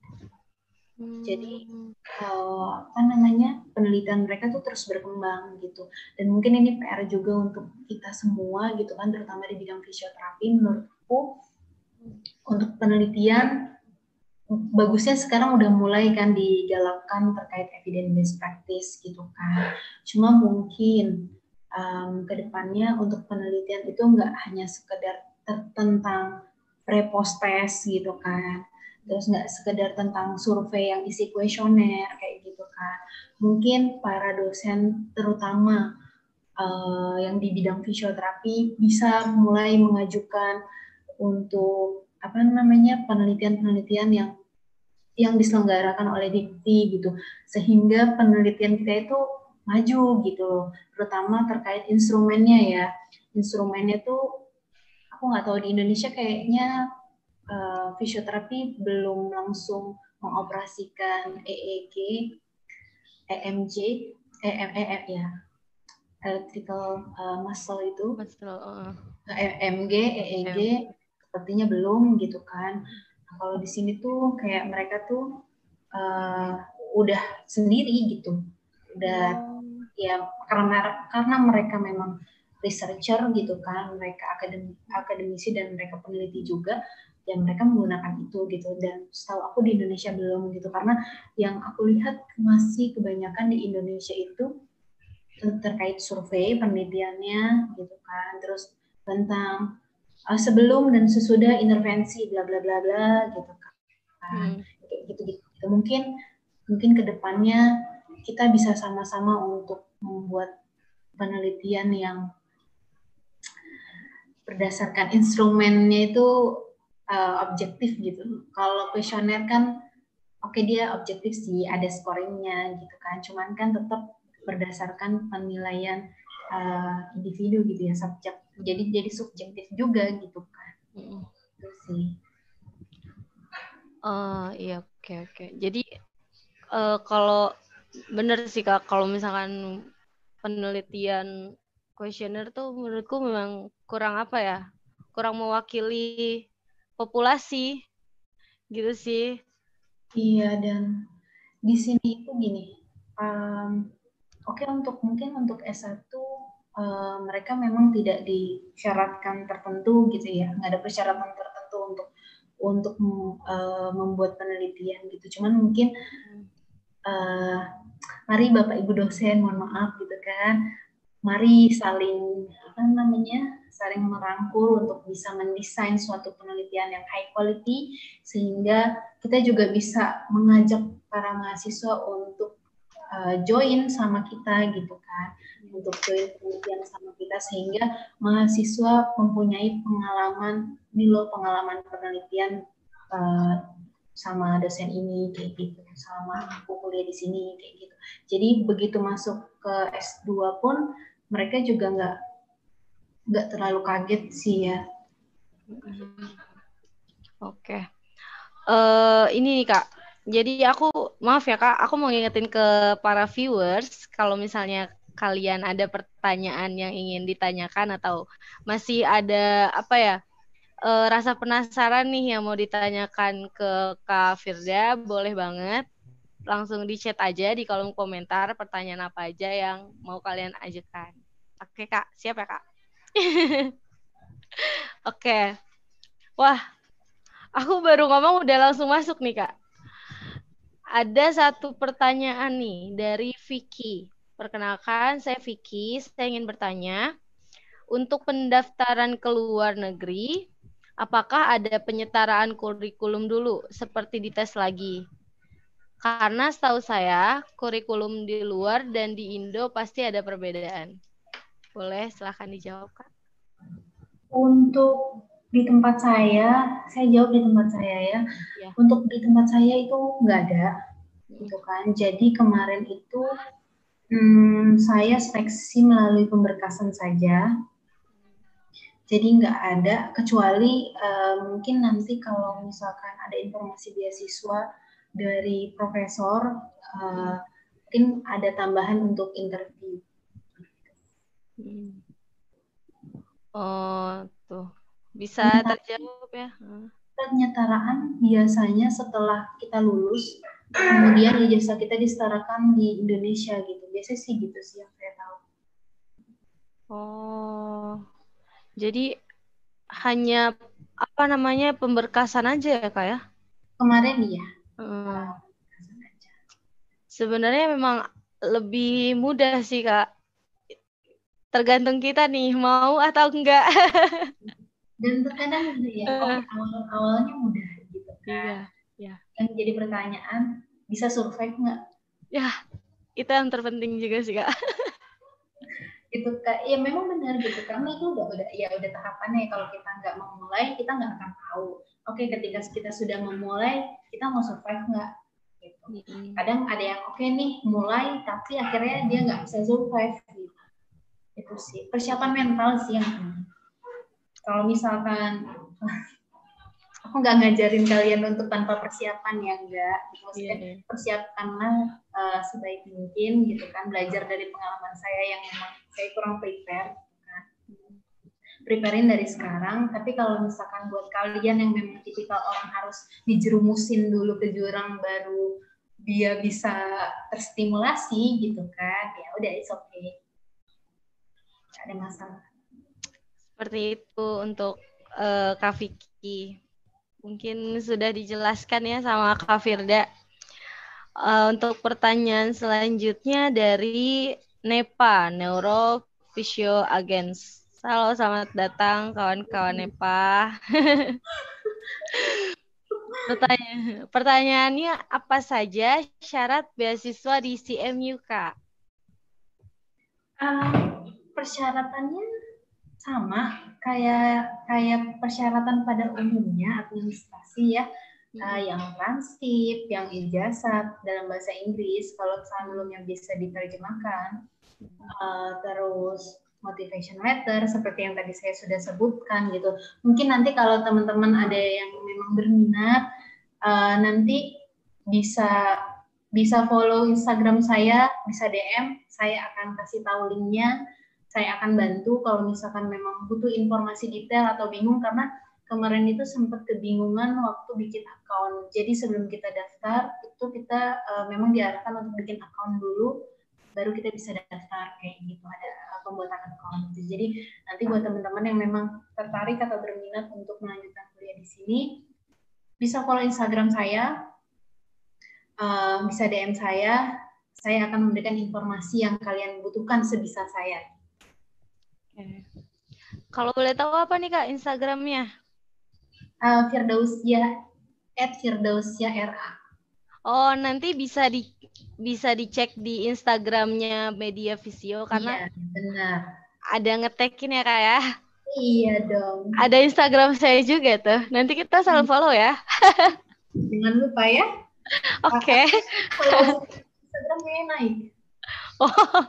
Speaker 2: Jadi penelitian mereka tuh terus berkembang gitu. Dan mungkin ini PR juga untuk kita semua gitu kan, terutama di bidang fisioterapi menurutku, untuk penelitian bagusnya sekarang udah mulai kan digalakkan terkait evidence based practice gitu kan. Cuma mungkin kedepannya untuk penelitian itu nggak hanya sekedar tentang pre-post test gitu kan. Terus nggak sekedar tentang survei yang isi kuesioner kayak gitu kan. Mungkin para dosen terutama yang di bidang fisioterapi bisa mulai mengajukan untuk apa namanya penelitian-penelitian yang diselenggarakan oleh Dikti gitu, sehingga penelitian kita itu maju gitu loh, terutama terkait instrumennya ya. Instrumennya tuh aku nggak tahu di Indonesia kayaknya fisioterapi belum langsung mengoperasikan EEG, EMG, ya, electrical muscle itu, EMG, EEG, sepertinya belum gitu kan. Nah, kalau di sini tuh kayak mereka tuh udah sendiri gitu, udah ya karena mereka memang researcher gitu kan, mereka akademisi dan mereka peneliti juga, dan mereka menggunakan itu gitu. Dan setahu aku di Indonesia belum gitu, karena yang aku lihat masih kebanyakan di Indonesia itu terkait survei penelitiannya gitu kan, terus tentang sebelum dan sesudah intervensi bla bla bla bla gitu kan. Gitu. Mungkin kedepannya kita bisa sama-sama untuk membuat penelitian yang berdasarkan instrumennya itu objektif gitu. Kalau kuesioner kan oke, dia objektif sih, ada scoringnya gitu kan, cuman kan tetap berdasarkan penilaian individu gitu ya, jadi subjektif juga gitu kan. Itu sih.
Speaker 1: Iya, oke. Jadi kalau bener sih Kak, kalau misalkan penelitian kuesioner tuh menurutku memang kurang apa ya, kurang mewakili populasi gitu sih.
Speaker 2: Iya, dan di sini itu gini, oke, mungkin untuk S1 mereka memang tidak disyaratkan tertentu gitu ya, nggak ada persyaratan tertentu untuk membuat penelitian gitu. Cuman mungkin mari Bapak Ibu dosen, mohon maaf gitu kan, mari saling saling merangkul untuk bisa mendesain suatu penelitian yang high quality, sehingga kita juga bisa mengajak para mahasiswa untuk join sama kita gitu kan, untuk join penelitian sama kita, sehingga mahasiswa mempunyai pengalaman penelitian sama dosen ini kayak gitu, sama aku kuliah di sini kayak gitu. Jadi begitu masuk ke S2 pun mereka juga nggak terlalu kaget sih ya.
Speaker 1: Oke. Ini nih Kak. Jadi aku maaf ya Kak, aku mau ngingetin ke para viewers kalau misalnya kalian ada pertanyaan yang ingin ditanyakan atau masih ada apa ya, rasa penasaran nih yang mau ditanyakan ke Kak Firda, boleh banget langsung di chat aja di kolom komentar pertanyaan apa aja yang mau kalian ajukan. Oke Kak, siap ya Kak? Oke. Wah, aku baru ngomong udah langsung masuk nih Kak. Ada satu pertanyaan nih dari Vicky. Perkenalkan, saya Vicky. Saya ingin bertanya, untuk pendaftaran ke luar negeri, apakah ada penyetaraan kurikulum dulu, seperti dites lagi? Karena setahu saya, kurikulum di luar dan di Indo pasti ada perbedaan. Boleh, silahkan dijawab, Kak.
Speaker 2: Untuk di tempat saya jawab di tempat saya ya. Untuk di tempat saya itu nggak ada, gitu kan. Jadi kemarin itu saya seleksi melalui pemberkasan saja. Jadi nggak ada, kecuali mungkin nanti kalau misalkan ada informasi beasiswa dari profesor, mungkin ada tambahan untuk interview.
Speaker 1: Oh, tuh. Bisa terjawab ya.
Speaker 2: Penyetaraan biasanya setelah kita lulus, kemudian ijazah kita disetarakan di Indonesia gitu. Biasanya sih gitu sih yang saya tahu.
Speaker 1: Oh, jadi hanya apa namanya pemberkasan aja ya Kak ya?
Speaker 2: Kemarin iya.
Speaker 1: Hmm. Sebenarnya memang lebih mudah sih Kak. Tergantung kita nih mau atau enggak.
Speaker 2: Dan terkadang gitu ya, oke awalnya mudah gitu kan.
Speaker 1: Iya, ya.
Speaker 2: Yang jadi pertanyaan, bisa survive nggak?
Speaker 1: Ya, itu yang terpenting juga sih Kak.
Speaker 2: Itu kak, ya memang benar gitu karena itu udah tahapannya. Kalau kita nggak memulai, kita nggak akan tahu. Oke, ketika kita sudah memulai, kita mau survive nggak? Gitu. Kadang ada yang oke nih mulai, tapi akhirnya dia nggak bisa survive. Gitu. Itu sih persiapan mental sih yang penting. Kalau misalkan aku nggak ngajarin kalian untuk tanpa persiapan ya enggak, maksudnya persiapkanlah sebaik mungkin gitu kan, belajar dari pengalaman saya yang memang saya kurang prepare kan. Preparein dari sekarang, tapi kalau misalkan buat kalian yang memang tipikal orang harus dijerumusin dulu ke jurang baru dia bisa terstimulasi gitu kan, ya udah it's okay, nggak ada masalah.
Speaker 1: Seperti itu untuk Kak Vicky. Mungkin sudah dijelaskan ya sama Kak Firda. Untuk pertanyaan selanjutnya dari NEPA, Neurophysio Agens. Halo, selamat datang kawan-kawan NEPA. Pertanyaannya, apa saja syarat beasiswa di CMU, Kak?
Speaker 2: Persyaratannya sama kayak persyaratan pada umumnya administrasi ya, yang transkrip, yang ijazah dalam bahasa Inggris kalau sebelumnya bisa diterjemahkan, terus motivation letter seperti yang tadi saya sudah sebutkan gitu. Mungkin nanti kalau teman-teman ada yang memang berminat, nanti bisa follow Instagram saya, bisa DM, saya akan kasih tahu linknya. Saya akan bantu kalau misalkan memang butuh informasi detail atau bingung, karena kemarin itu sempat kebingungan waktu bikin account. Jadi sebelum kita daftar itu kita memang diarahkan untuk bikin account dulu, baru kita bisa daftar kayak gitu, ada pembuatan account. Jadi nanti buat teman-teman yang memang tertarik atau berminat untuk melanjutkan kuliah di sini, bisa follow Instagram saya, bisa DM saya akan memberikan informasi yang kalian butuhkan sebisa saya.
Speaker 1: Kalau boleh tahu apa nih Kak Instagramnya?
Speaker 2: Firdausya @firdausya.ra.
Speaker 1: Oh, nanti bisa dicek di Instagramnya Media Visio karena
Speaker 2: iya, benar.
Speaker 1: Ada ngetekin ya Kak ya?
Speaker 2: Iya dong.
Speaker 1: Ada Instagram saya juga tuh. Nanti kita saling follow ya.
Speaker 2: Jangan lupa ya.
Speaker 1: Oke.
Speaker 2: Follow Instagramnya naik.
Speaker 1: Oh.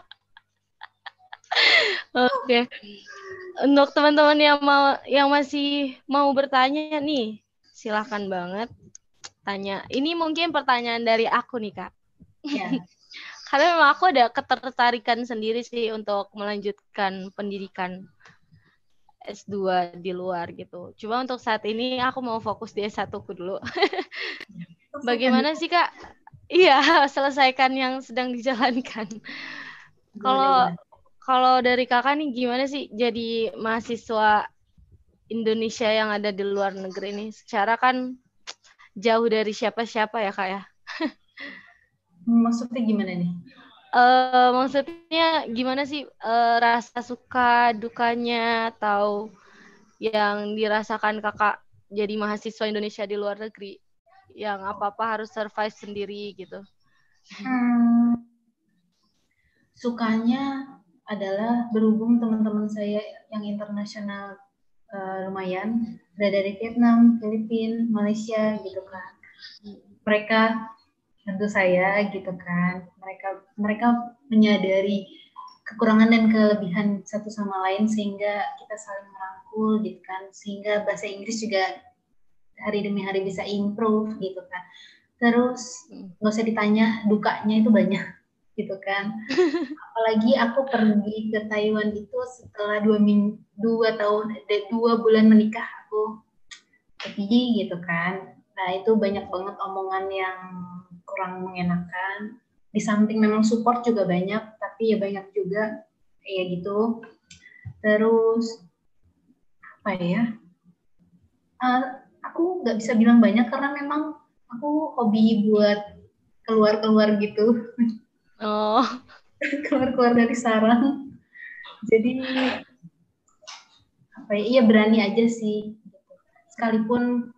Speaker 1: Oke. Untuk teman-teman yang masih mau bertanya nih, silahkan banget tanya. Ini mungkin pertanyaan dari aku nih Kak.
Speaker 2: Ya.
Speaker 1: Karena memang aku ada ketertarikan sendiri sih untuk melanjutkan pendidikan S2 di luar gitu. Cuma untuk saat ini aku mau fokus di S1-ku dulu. Bagaimana sih Kak? Iya, selesaikan yang sedang dijalankan. Kalau dari Kakak nih gimana sih jadi mahasiswa Indonesia yang ada di luar negeri ini? Secara kan jauh dari siapa-siapa ya Kak ya?
Speaker 2: Maksudnya gimana nih?
Speaker 1: Maksudnya gimana sih rasa suka dukanya atau yang dirasakan Kakak jadi mahasiswa Indonesia di luar negeri? Yang apa-apa harus survive sendiri gitu.
Speaker 2: Sukanya adalah berhubung teman-teman saya yang internasional lumayan, ada dari Vietnam, Filipina, Malaysia gitu kan. Mereka tentu saya gitu kan, mereka menyadari kekurangan dan kelebihan satu sama lain sehingga kita saling merangkul gitu kan, sehingga bahasa Inggris juga hari demi hari bisa improve gitu kan. Terus nggak usah ditanya, dukanya itu banyak gitu kan. Apalagi aku pergi ke Taiwan itu setelah 2 bulan menikah, aku pergi gitu kan. Nah itu banyak banget omongan yang kurang mengenakan. Di samping memang support juga banyak, tapi ya banyak juga kayak gitu. Terus apa ya? Aku nggak bisa bilang banyak karena memang Aku hobi buat keluar-keluar gitu,
Speaker 1: Oh,
Speaker 2: keluar-keluar dari sarang. Jadi apa ya, iya berani aja sih. Sekalipun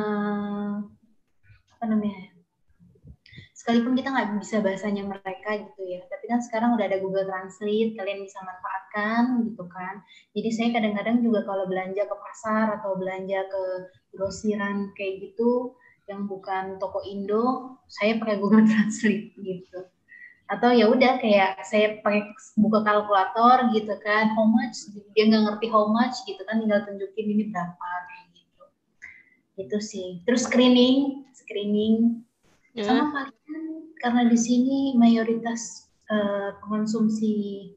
Speaker 2: apa namanya, sekalipun kita nggak bisa bahasanya mereka gitu ya, tapi kan sekarang udah ada Google Translate, kalian bisa manfaatkan gitu kan. Jadi saya kadang-kadang juga kalau belanja ke pasar atau belanja ke grosiran kayak gitu yang bukan toko Indo, saya pakai Google Translate gitu. Atau ya udah kayak saya pakai buka kalkulator gitu kan, how much, dia nggak ngerti how much gitu kan, tinggal tunjukin ini berapa kayak gitu. Itu sih. Terus screening
Speaker 1: ya.
Speaker 2: sama kalian, karena di sini mayoritas pengonsumsi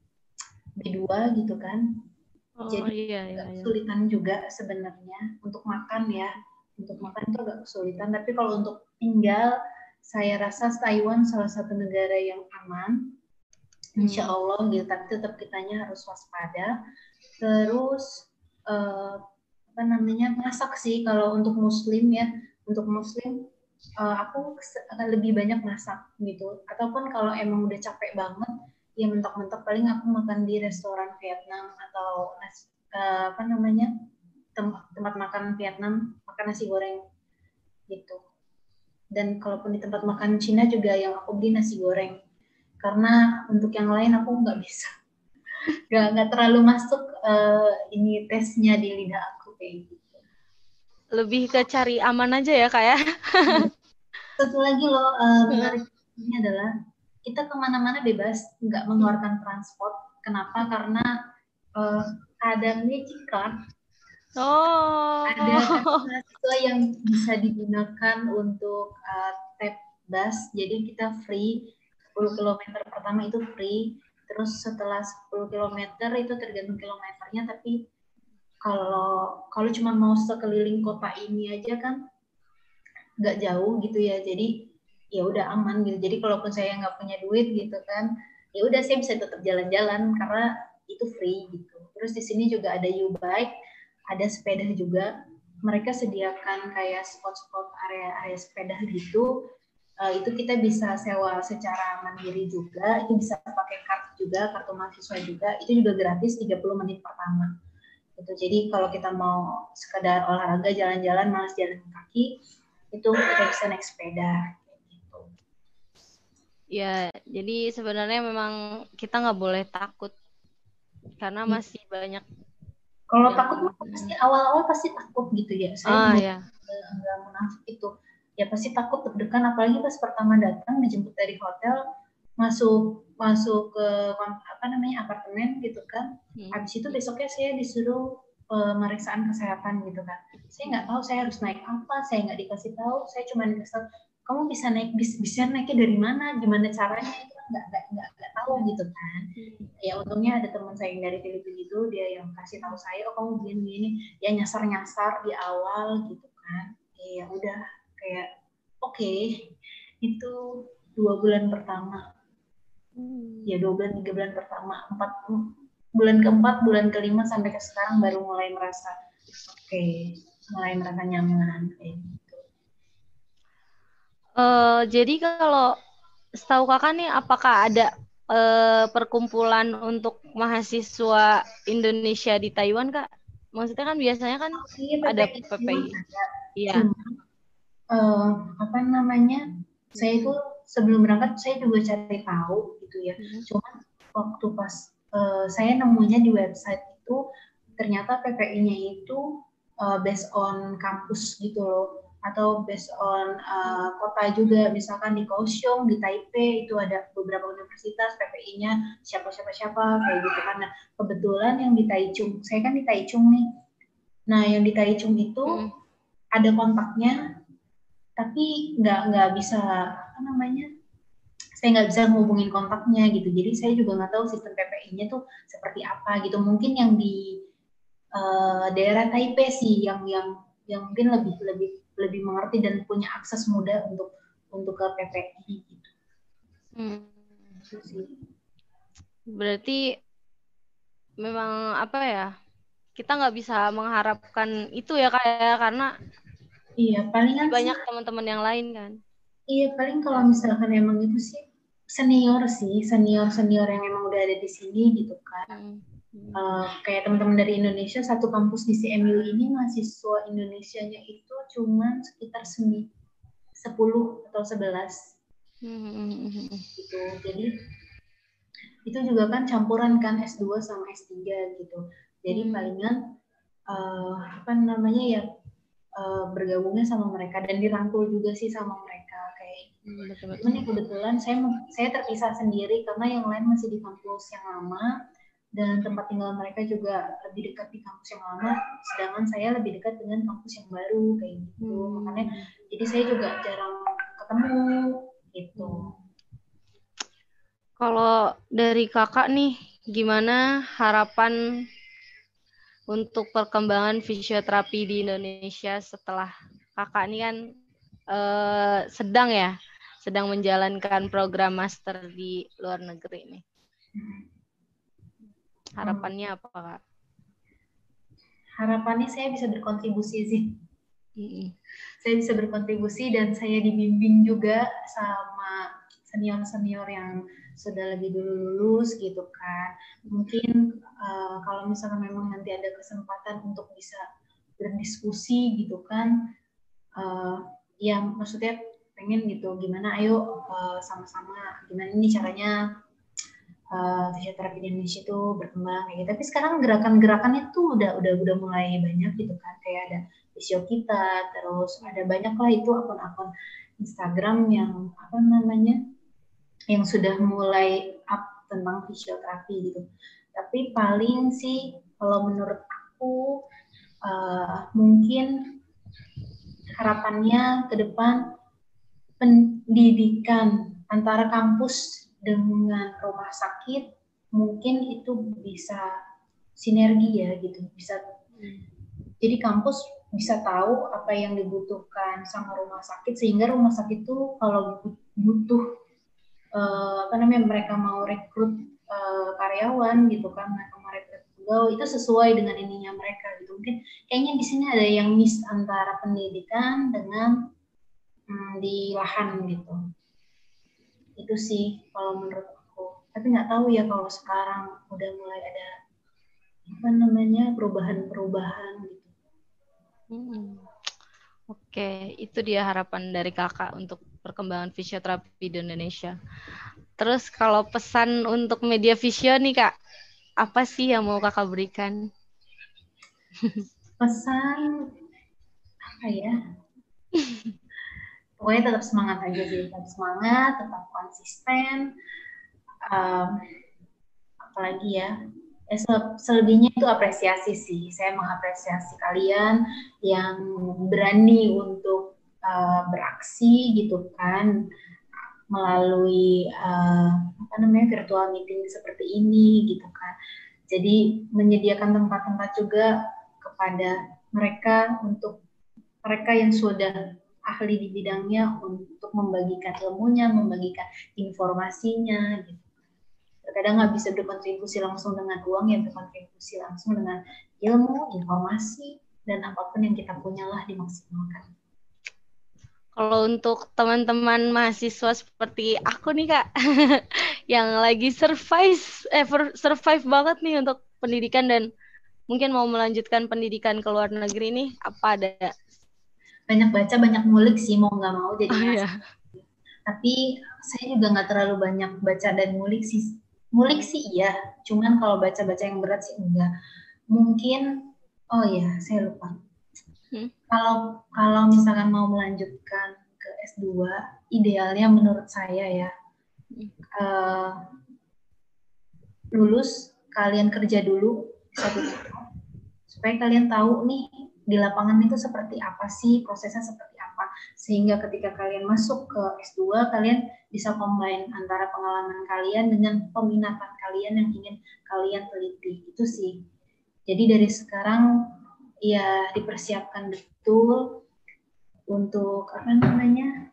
Speaker 2: B2 gitu kan.
Speaker 1: Oh
Speaker 2: Jadi
Speaker 1: iya iya
Speaker 2: agak
Speaker 1: iya.
Speaker 2: kesulitan juga sebenarnya untuk makan ya. Untuk makan itu agak kesulitan, tapi kalau untuk tinggal saya rasa Taiwan salah satu negara yang aman. Insya Allah gitu, tapi tetap kitanya harus waspada. Terus apa namanya, masak sih kalau untuk Muslim ya. Untuk Muslim aku akan lebih banyak masak gitu. Ataupun kalau emang udah capek banget, ya mentok-mentok paling aku makan di restoran Vietnam atau apa namanya, tempat makan Vietnam, makan nasi goreng gitu. Dan kalaupun di tempat makan Cina juga yang aku beli nasi goreng. Karena untuk yang lain aku nggak bisa, nggak terlalu masuk ini tesnya di lidah aku kayak gitu.
Speaker 1: Lebih ke cari aman aja ya kak ya.
Speaker 2: Nah, satu lagi loh menarik ini adalah kita kemana-mana bebas, nggak mengeluarkan transport. Kenapa? Karena uh, ada magic card, ada kartu
Speaker 1: Oh.
Speaker 2: mahasiswa yang bisa digunakan untuk tap bus. Jadi kita free 10 kilometer pertama itu free. Terus setelah 10 kilometer itu tergantung kilometernya, tapi kalau kalau cuma mau sekeliling kota ini aja kan nggak jauh gitu ya, jadi ya udah aman gitu. Jadi kalaupun saya nggak punya duit gitu kan, ya udah saya bisa tetap jalan-jalan karena itu free gitu. Terus di sini juga ada U-Bike, ada sepeda juga. Mereka sediakan kayak spot-spot area-area sepeda gitu. Itu kita bisa sewa secara mandiri juga, itu bisa pakai kartu juga, kartu mahasiswa juga, itu juga gratis 30 menit pertama gitu. Jadi kalau kita mau sekedar olahraga, jalan-jalan, malas jalan kaki, itu kita bisa naik sepeda gitu.
Speaker 1: Ya, jadi sebenarnya memang kita nggak boleh takut karena masih banyak
Speaker 2: Kalau
Speaker 1: yang
Speaker 2: takut mah pasti awal-awal pasti takut gitu ya. Saya juga
Speaker 1: ya.
Speaker 2: nggak munafik itu. Ya pasti takut, deg-degan, apalagi pas pertama datang dijemput dari hotel, masuk masuk ke apa namanya apartemen gitu kan. Habis itu besoknya saya disuruh pemeriksaan kesehatan gitu kan. Saya nggak tahu saya harus naik apa, saya nggak dikasih tahu. Saya cuma dikasih tahu, kamu bisa naik bis, bisa naiknya dari mana, gimana caranya, itu kan nggak tahu gitu kan. Ya untungnya ada teman saya yang dari Filipina itu, dia yang kasih tahu saya, oh kamu gini, ya nyasar-nyasar di awal gitu kan. Ya udah kayak oke, itu 2 bulan pertama, ya 2 bulan 3 bulan pertama, 4 bulan keempat, bulan kelima sampai ke sekarang baru mulai merasa oke, mulai merasa nyaman kayak gitu.
Speaker 1: Jadi kalau setahu kakak nih, apakah ada perkumpulan untuk mahasiswa Indonesia di Taiwan kak? Maksudnya kan biasanya kan
Speaker 2: Iya,
Speaker 1: ada
Speaker 2: PPI memang
Speaker 1: PPI.
Speaker 2: ada,
Speaker 1: Iya.
Speaker 2: cuma apa namanya, saya itu sebelum berangkat saya juga cari tahu gitu ya. Cuma waktu pas saya nemunya di website itu ternyata PPI-nya itu based on kampus gitu loh, atau based on kota juga. Misalkan di Kaohsiung, di Taipei itu ada beberapa universitas PPI-nya siapa kayak gitu. Karena kebetulan yang di Taichung, saya kan di Taichung nih. Nah yang di Taichung itu ada kontaknya, tapi nggak bisa apa namanya, saya nggak bisa ngehubungin kontaknya gitu. Jadi saya juga nggak tahu sistem PPI-nya tuh seperti apa gitu. Mungkin yang di daerah Taipei sih yang mungkin lebih lebih lebih mengerti dan punya akses mudah untuk ke PPI gitu. Itu sih.
Speaker 1: Berarti memang apa ya? Kita nggak bisa mengharapkan itu ya kayak karena
Speaker 2: Iya, palingan sih.
Speaker 1: Banyak teman-teman yang lain kan.
Speaker 2: Iya, paling kalau misalkan emang itu sih senior yang emang udah ada di sini gitu kan. Kayak teman-teman dari Indonesia, satu kampus di CMU ini mahasiswa Indonesianya itu cuma sekitar 10 atau 11 gitu. Jadi itu juga kan campuran kan S2 sama S3 gitu. Jadi palingan apa namanya ya, bergabungnya sama mereka dan dirangkul juga sih sama mereka kayak gitu. Cuman ya kebetulan saya terpisah sendiri karena yang lain masih di kampus yang lama dan tempat tinggal mereka juga lebih dekat di kampus yang lama, sedangkan saya lebih dekat dengan kampus yang baru kayak gitu. Makanya jadi saya juga jarang ketemu gitu.
Speaker 1: Kalau dari kakak nih, gimana harapan untuk perkembangan fisioterapi di Indonesia setelah kakak ini kan sedang menjalankan program master di luar negeri nih. Harapannya apa, Kak?
Speaker 2: Harapannya saya bisa berkontribusi sih. Saya bisa berkontribusi dan saya dibimbing juga sama senior-senior yang sudah lebih dulu lulus gitu kan. Mungkin kalau misalkan memang nanti ada kesempatan untuk bisa berdiskusi gitu kan, ya maksudnya pengen gitu, gimana ayo sama-sama gimana nih caranya fisioterapi di Indonesia itu berkembang kayak gitu. Tapi sekarang gerakan-gerakannya tuh udah mulai banyak gitu kan, kayak ada Fisio Kita, terus ada banyak lah itu akun-akun Instagram yang apa namanya, yang sudah mulai up tentang fisioterapi gitu. Tapi paling sih kalau menurut aku mungkin harapannya ke depan pendidikan antara kampus dengan rumah sakit mungkin itu bisa sinergi ya gitu, bisa jadi kampus bisa tahu apa yang dibutuhkan sama rumah sakit sehingga rumah sakit itu kalau butuh apa namanya, mereka mau rekrut karyawan gitu kan, mereka mau rekrut pegawai itu sesuai dengan ininya mereka gitu. Mungkin kayaknya di sini ada yang miss antara pendidikan dengan di lahan gitu. Itu sih kalau menurut aku. Tapi nggak tahu ya kalau sekarang udah mulai ada apa namanya perubahan-perubahan gitu.
Speaker 1: Oke, itu dia harapan dari kakak untuk perkembangan fisioterapi di Indonesia. Terus kalau pesan untuk media visio nih kak, apa sih yang mau kakak berikan?
Speaker 2: Pesan apa ya? Pokoknya tetap semangat aja sih, tetap semangat, tetap konsisten. Apalagi ya, selebihnya itu apresiasi sih. Saya mengapresiasi kalian yang berani untuk beraksi gitu kan, melalui apa namanya, virtual meeting seperti ini gitu kan. Jadi menyediakan tempat-tempat juga kepada mereka, untuk mereka yang sudah ahli di bidangnya untuk membagikan ilmunya, membagikan informasinya gitu. Terkadang nggak bisa berkontribusi langsung dengan uang, ya berkontribusi langsung dengan ilmu, informasi, dan apapun yang kita punya lah dimaksimalkan.
Speaker 1: Kalau untuk teman-teman mahasiswa seperti aku nih kak, yang lagi survive banget nih untuk pendidikan dan mungkin mau melanjutkan pendidikan ke luar negeri nih, apa ada?
Speaker 2: Banyak baca, banyak ngulik sih, mau nggak mau jadinya.
Speaker 1: Oh, iya.
Speaker 2: Tapi saya juga nggak terlalu banyak baca dan ngulik sih. Ngulik sih iya, cuman kalau baca-baca yang berat sih enggak. Mungkin, oh ya, saya lupa. Kalau misalkan mau melanjutkan ke S2, idealnya menurut saya ya, lulus, kalian kerja dulu satu tahun, supaya kalian tahu nih di lapangan itu seperti apa sih, prosesnya seperti apa, sehingga ketika kalian masuk ke S2, kalian bisa combine antara pengalaman kalian dengan peminatan kalian yang ingin kalian teliti. Itu sih. Jadi dari sekarang ya dipersiapkan betul untuk apa namanya,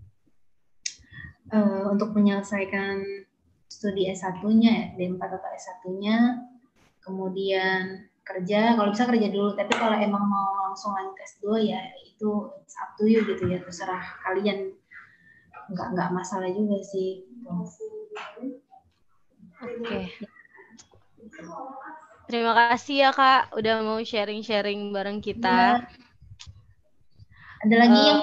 Speaker 2: untuk menyelesaikan studi S1-nya, D4 atau S1-nya, kemudian kerja, kalau bisa kerja dulu, tapi kalau emang mau langsung lanjut S2 ya itu it's up to you gitu ya, terserah kalian, nggak masalah juga sih.
Speaker 1: Oke. Terima kasih ya Kak udah mau sharing-sharing bareng kita.
Speaker 2: Ya. Ada lagi yang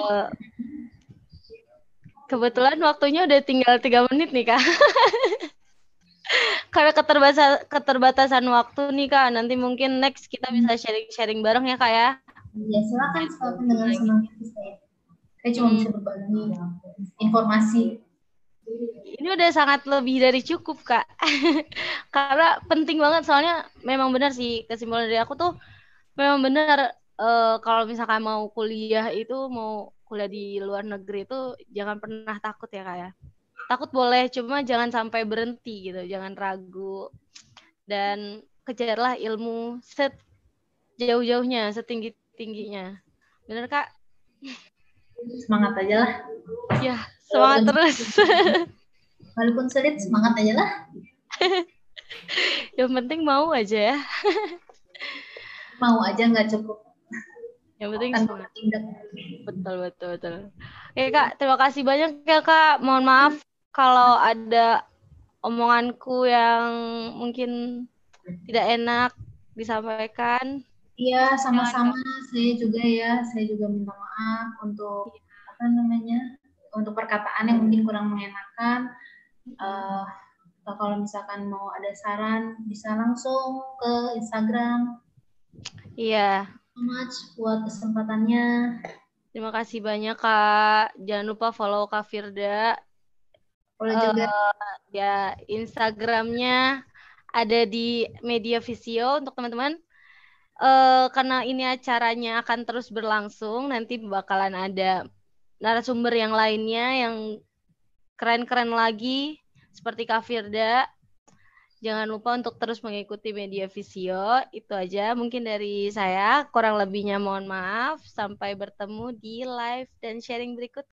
Speaker 1: kebetulan waktunya udah tinggal 3 menit nih Kak. Karena keterbatasan waktu nih Kak, nanti mungkin next kita bisa sharing-sharing bareng ya Kak ya.
Speaker 2: Ya silakan dengan senang hati saya. Saya cuma bisa berbagi informasi.
Speaker 1: Ini udah sangat lebih dari cukup Kak. Karena penting banget, soalnya memang benar sih kesimpulan dari aku tuh memang benar, kalau misalkan mau kuliah itu, mau kuliah di luar negeri itu jangan pernah takut ya Kak ya. Takut boleh, cuma jangan sampai berhenti gitu, jangan ragu. Dan kejarlah ilmu sejauh-jauhnya, setinggi-tingginya. Bener Kak?
Speaker 2: Semangat aja lah.
Speaker 1: Ya, semangat terus.
Speaker 2: Walaupun sulit, semangat aja lah.
Speaker 1: Yang penting mau aja ya.
Speaker 2: Mau aja nggak cukup.
Speaker 1: Yang penting
Speaker 2: Tanpa
Speaker 1: semangat.
Speaker 2: bertindak.
Speaker 1: Betul. Oke Kak, terima kasih banyak ya Kak. Mohon maaf kalau ada omonganku yang mungkin tidak enak disampaikan.
Speaker 2: Iya, sama-sama. Saya juga minta maaf untuk untuk perkataan yang mungkin kurang mengenakan. Kalau misalkan mau ada saran, bisa langsung ke Instagram.
Speaker 1: Iya.
Speaker 2: So much buat kesempatannya.
Speaker 1: Terima kasih banyak Kak. Jangan lupa follow Kak Firda.
Speaker 2: Follow juga.
Speaker 1: Ya, Instagramnya ada di Media Visio untuk teman-teman. Karena ini acaranya akan terus berlangsung, nanti bakalan ada narasumber yang lainnya yang keren-keren lagi seperti Kak Firda. Jangan lupa untuk terus mengikuti Media Visio. Itu aja mungkin dari saya. Kurang lebihnya mohon maaf. Sampai bertemu di live dan sharing berikut.